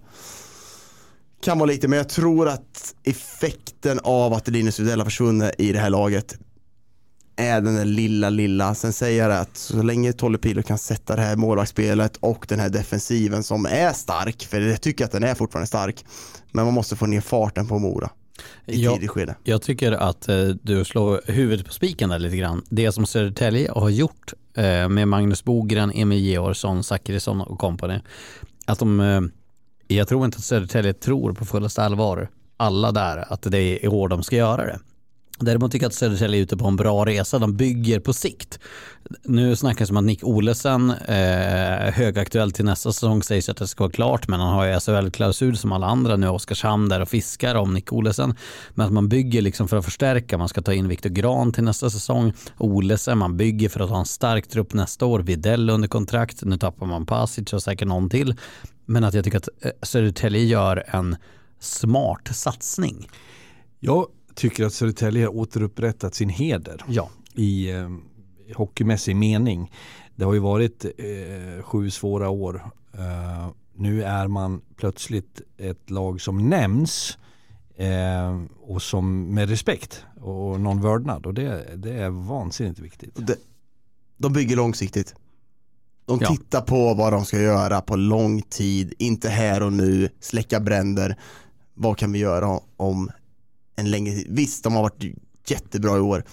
Kan vara lite, men jag tror att effekten av att Linus Widell har försvunnit i det här laget är den där lilla, lilla. Sen säger jag att så länge Tolopilo kan sätta det här målvaktsspelet och den här defensiven som är stark, för jag tycker att den är fortfarande stark, men man måste få ner farten på Mora i jag, tidig skede. Jag tycker att eh, du slår huvudet på spiken där lite grann. Det som Södertälje har gjort eh, med Magnus Bogren, Emil Georgsson, Zachrisson och kompani, att de, eh, jag tror inte att Södertälje tror på fullaste allvar, alla där, att det är i år de ska göra det. Däremot tycker jag att Södertälje är ute på en bra resa. De bygger på sikt. Nu snackas det om att Nick Olesen eh, högaktuell till nästa säsong, sägs att det ska vara klart, men han har ju S H L-klausul som alla andra. Nu är Oskarshamn där och fiskar om Nick Olesen. Men att man bygger liksom för att förstärka. Man ska ta in Viktor Gran till nästa säsong. Olesen, man bygger för att ha en stark trupp nästa år. Widell under kontrakt. Nu tappar man Pasic och säkert någon till. Men att jag tycker att Södertälje gör en smart satsning. Jag tycker att Södertälje har återupprättat sin heder, ja, i eh, hockeymässig mening. Det har ju varit eh, sju svåra år. Uh, nu är man plötsligt ett lag som nämns eh, och som med respekt och någon vördnad, och det, det är vansinnigt viktigt. Det, de bygger långsiktigt. De Ja. tittar på vad de ska göra på lång tid, inte här och nu, släcka bränder. Vad kan vi göra om en längre tid? Visst, de har varit jättebra i år.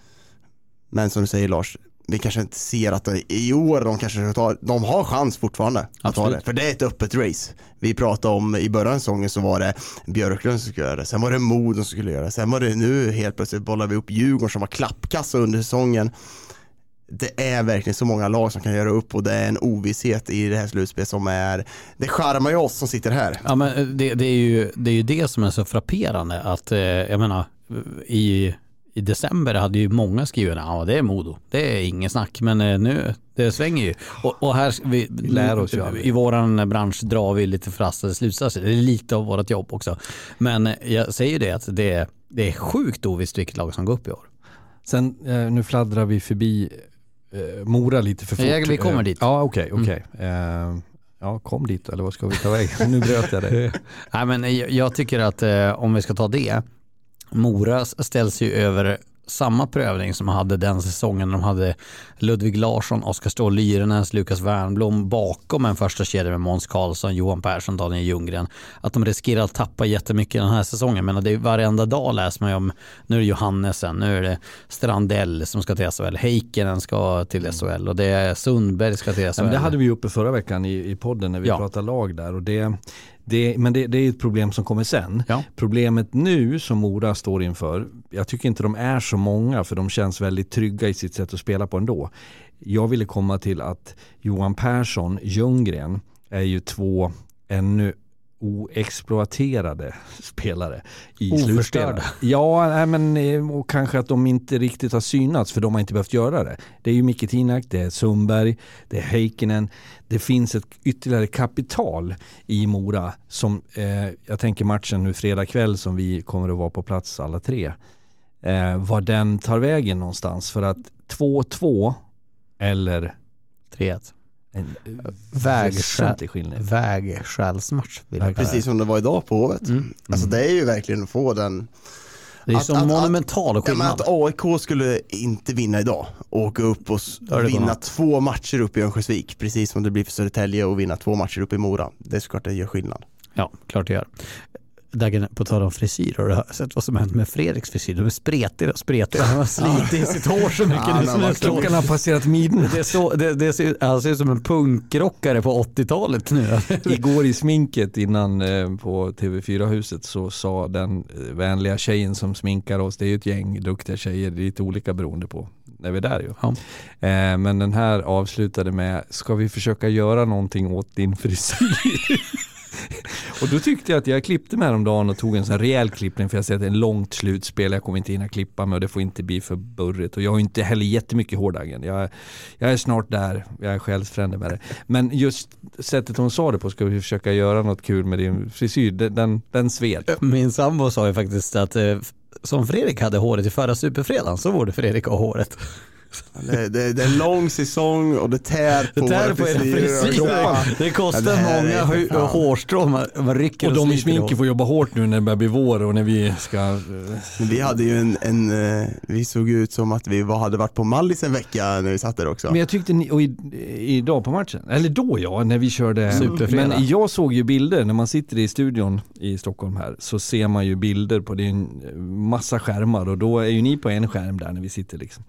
Men som du säger, Lars, vi kanske inte ser att de, i år de kanske tar, de har chans fortfarande att ta det. För det är ett öppet race. Vi pratade om i början av säsongen, så var det Björklund som skulle göra det. Sen var det Modo som skulle göra det. Sen var det nu helt plötsligt bollar vi upp Djurgården som var klappkassa under säsongen. Det är verkligen så många lag som kan göra upp, och det är en ovisshet i det här slutspelet som är, det charmar ju oss som sitter här. Ja, men det, det, är ju, det är ju det som är så frapperande, att eh, jag menar i, i december hade ju många skrivit, ja det är Modo, det är ingen snack, men eh, nu det svänger ju, och, och här vi, vi lär oss ju, i våran bransch drar vi lite förhastade slutsatser, det är lite av vårt jobb också, men jag säger det att det, det är sjukt ovisst vilket lag som går upp i år. Sen eh, nu fladdrar vi förbi eh, Mora lite för fort. Ja, vi kommer dit. Ja, okej, okay, okej. Okay. Mm. Eh, ja, kom dit, eller vad ska vi ta vägen? Nu bröt jag det. Nej, men jag, jag tycker att eh, om vi ska ta det, Mora ställs ju över samma prövning som hade den säsongen. De hade Ludvig Larsson, Oskar Ståhl Lyrenäs, Lukas Wernblom bakom en första kedja med Måns Karlsson, Johan Persson, Daniel Ljunggren. Att de riskerar att tappa jättemycket den här säsongen. Men det är varenda dag läser man ju om, nu är det Johannesen, nu är det Strandell som ska till S H L, Heikkinen ska till S H L och det är Sundberg ska till S H L. Men det hade vi uppe förra veckan i, i podden när vi ja. pratade lag där, och det Det, men det, det är ett problem som kommer sen. Ja. Problemet nu som Mora står inför, jag tycker inte de är så många, för de känns väldigt trygga i sitt sätt att spela på ändå. Jag ville komma till att Johan Persson, Ljunggren är ju två ännu oexploaterade spelare i Oförstörda. slutspelet. Ja, nej, men och kanske att de inte riktigt har synats för de har inte behövt göra det. Det är ju Micke Tinak, det är Sundberg, det är Heikkinen. Det finns ett ytterligare kapital i Mora som eh, jag tänker matchen nu fredag kväll som vi kommer att vara på plats alla tre. Eh, vad den tar vägen någonstans för att två två eller tre ett. En vägskäl, skillnad. vägskälsmatch. Precis som det var idag på Hovet. Mm. Alltså det är ju verkligen att få den. Det är som monumental skillnad. Att A I K skulle inte vinna idag och åka upp och vinna två matcher upp i Örnsköldsvik, precis som det blir för Södertälje och vinna två matcher upp i Mora. Det är såklart det gör skillnad. Ja, klart det gör. Dagen på tal om frisyr, har du sett vad som hänt med Fredriks frisyr? De är spretiga och spretiga. Han har slitit i sitt hår så mycket. Ja, nu, klockan har passerat midnatt. Det, är så, det, det ser, han ser ut som en punkrockare på åttiotalet nu. Igår i sminket innan eh, på T V fyra-huset så sa den eh, vänliga tjejen som sminkar oss, det är ju ett gäng duktiga tjejer, det är lite olika beroende på när vi är där ju. Ja. Eh, men den här avslutade med, ska vi försöka göra någonting åt din frisyr? Och då tyckte jag att jag klippte med dem dagen och tog en sån här rejäl klippning för jag ser att det är en långt slutspel, jag kommer inte hinna klippa mig och det får inte bli för burrigt och jag har inte heller jättemycket hårdaggen, jag, jag är snart där, jag är självfrände med det, men just sättet hon sa det på, ska vi försöka göra något kul med din frisyr, den, den sved. Min sambo sa ju faktiskt att eh, som Fredrik hade håret i förra superfredagen så borde Fredrik ha håret. Det, det, det är en lång säsong och det tär på, det tär på frisyr. Ja. Det kostar ja, det många hö- ja. hårstrån. Man, man rycker och, och de i sminket får jobba hårt nu när det börjar bli vår och när vi ska... Vi hade ju en, en vi såg ut som att vi var, hade varit på Mallis en vecka när vi satt där också. Men jag tyckte ni, och i, idag på matchen, eller då ja, när vi körde Superfredag. Men jag såg ju bilder när man sitter i studion i Stockholm här, så ser man ju bilder på din massa skärmar och då är ju ni på en skärm där när vi sitter liksom.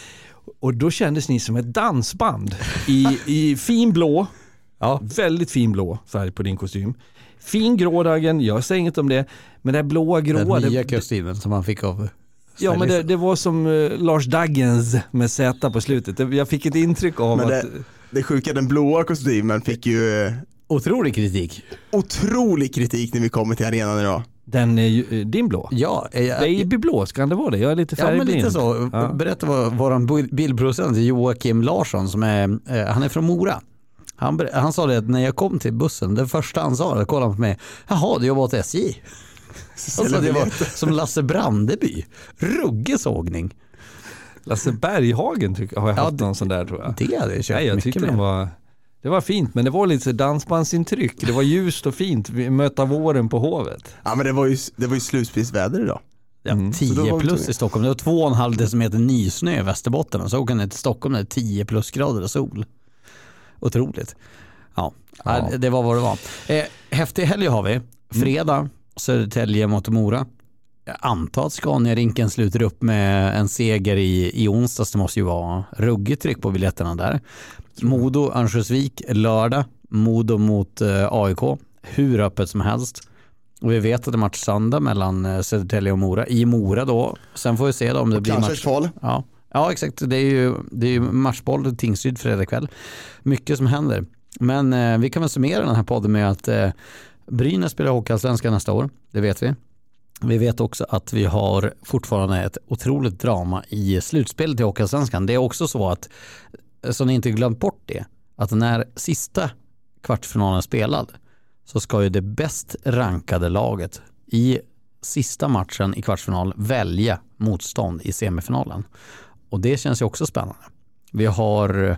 Och då kändes ni som ett dansband i, i fin blå, ja. Väldigt fin blå färg på din kostym. Fin grådagen, jag säger inget om det, men det blåa gråa. Den nya kostymen som man fick av. Ja, men det, det var som uh, Lars Daggens med Z på slutet. Jag fick ett intryck av men det, att... Det sjuka, den blåa kostymen fick ju... Uh, otrolig kritik. Otrolig kritik när vi kommer till arenan idag. Den är ju, din blå? Ja. Jag, det är ju blå, kan det vara det? Jag är lite färgblind. Ja, men lite så. Ja. Berätta vad vår bildproducent Joakim Larsson, som är, eh, han är från Mora. Han, han sa det att när jag kom till bussen, det första han sa, kollade på mig, jaha, du jobbar åt S J. Alltså, det var som Lasse Brandeby. Ruggig sågning. Lasse Berghagen tycker, har jag haft ja, någon sån där, tror jag. Det hade jag köpt. Nej, jag tyckte de var... Det var fint, men det var lite dansbandsintryck. Det var ljust och fint. Vi möta våren på Hovet. Ja, men det var ju, det var ju slutspelsväder idag. Ja, mm. tio plus i Stockholm. Det var två och en halv decimeter nysnö i Västerbotten. Och så åker ni till Stockholm med tio plusgrader och sol. Otroligt. Ja, ja. Det var vad det var. Eh, häftig helg har vi. Fredag, mm. Södertälje mot Mora. Jag antar att Scania-rinken sluter upp med en seger i, i onsdags. Det måste ju vara ruggigt tryck på biljetterna där. Modo, Örnsköldsvik, lördag. Modo mot eh, A I K. Hur öppet som helst. Och vi vet att det är match söndag mellan eh, Södertälje och Mora. I Mora då. Sen får vi se då om det och blir match. Fall. Ja. ja, exakt. Det är ju, det är ju matchboll, Tingsryd fredag kväll. Mycket som händer. Men eh, vi kan väl summera den här podden med att eh, Brynäs spelar Hockeyallsvenskan nästa år. Det vet vi. Vi vet också att vi har fortfarande ett otroligt drama i slutspelet till Hockeyallsvenskan. Det är också så att, så ni inte glömt bort det, att när sista kvartsfinalen är spelad så ska ju det bäst rankade laget i sista matchen i kvartsfinal välja motstånd i semifinalen. Och det känns ju också spännande. Vi har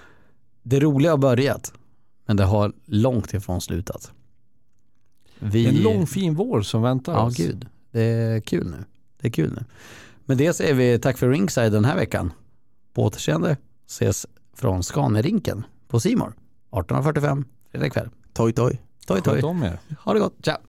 det roliga har börjat, men det har långt ifrån slutat. Vi... En lång fin vår som väntar ja, oss. Ja, gud. Det är kul nu. Det är kul nu. Med det säger vi tack för Ringside den här veckan. På återseende ses från Scania-rinken på C More arton fyrtiofem fredag kväll. Toj, toj. Toj, toj. Ha det gott. Ciao.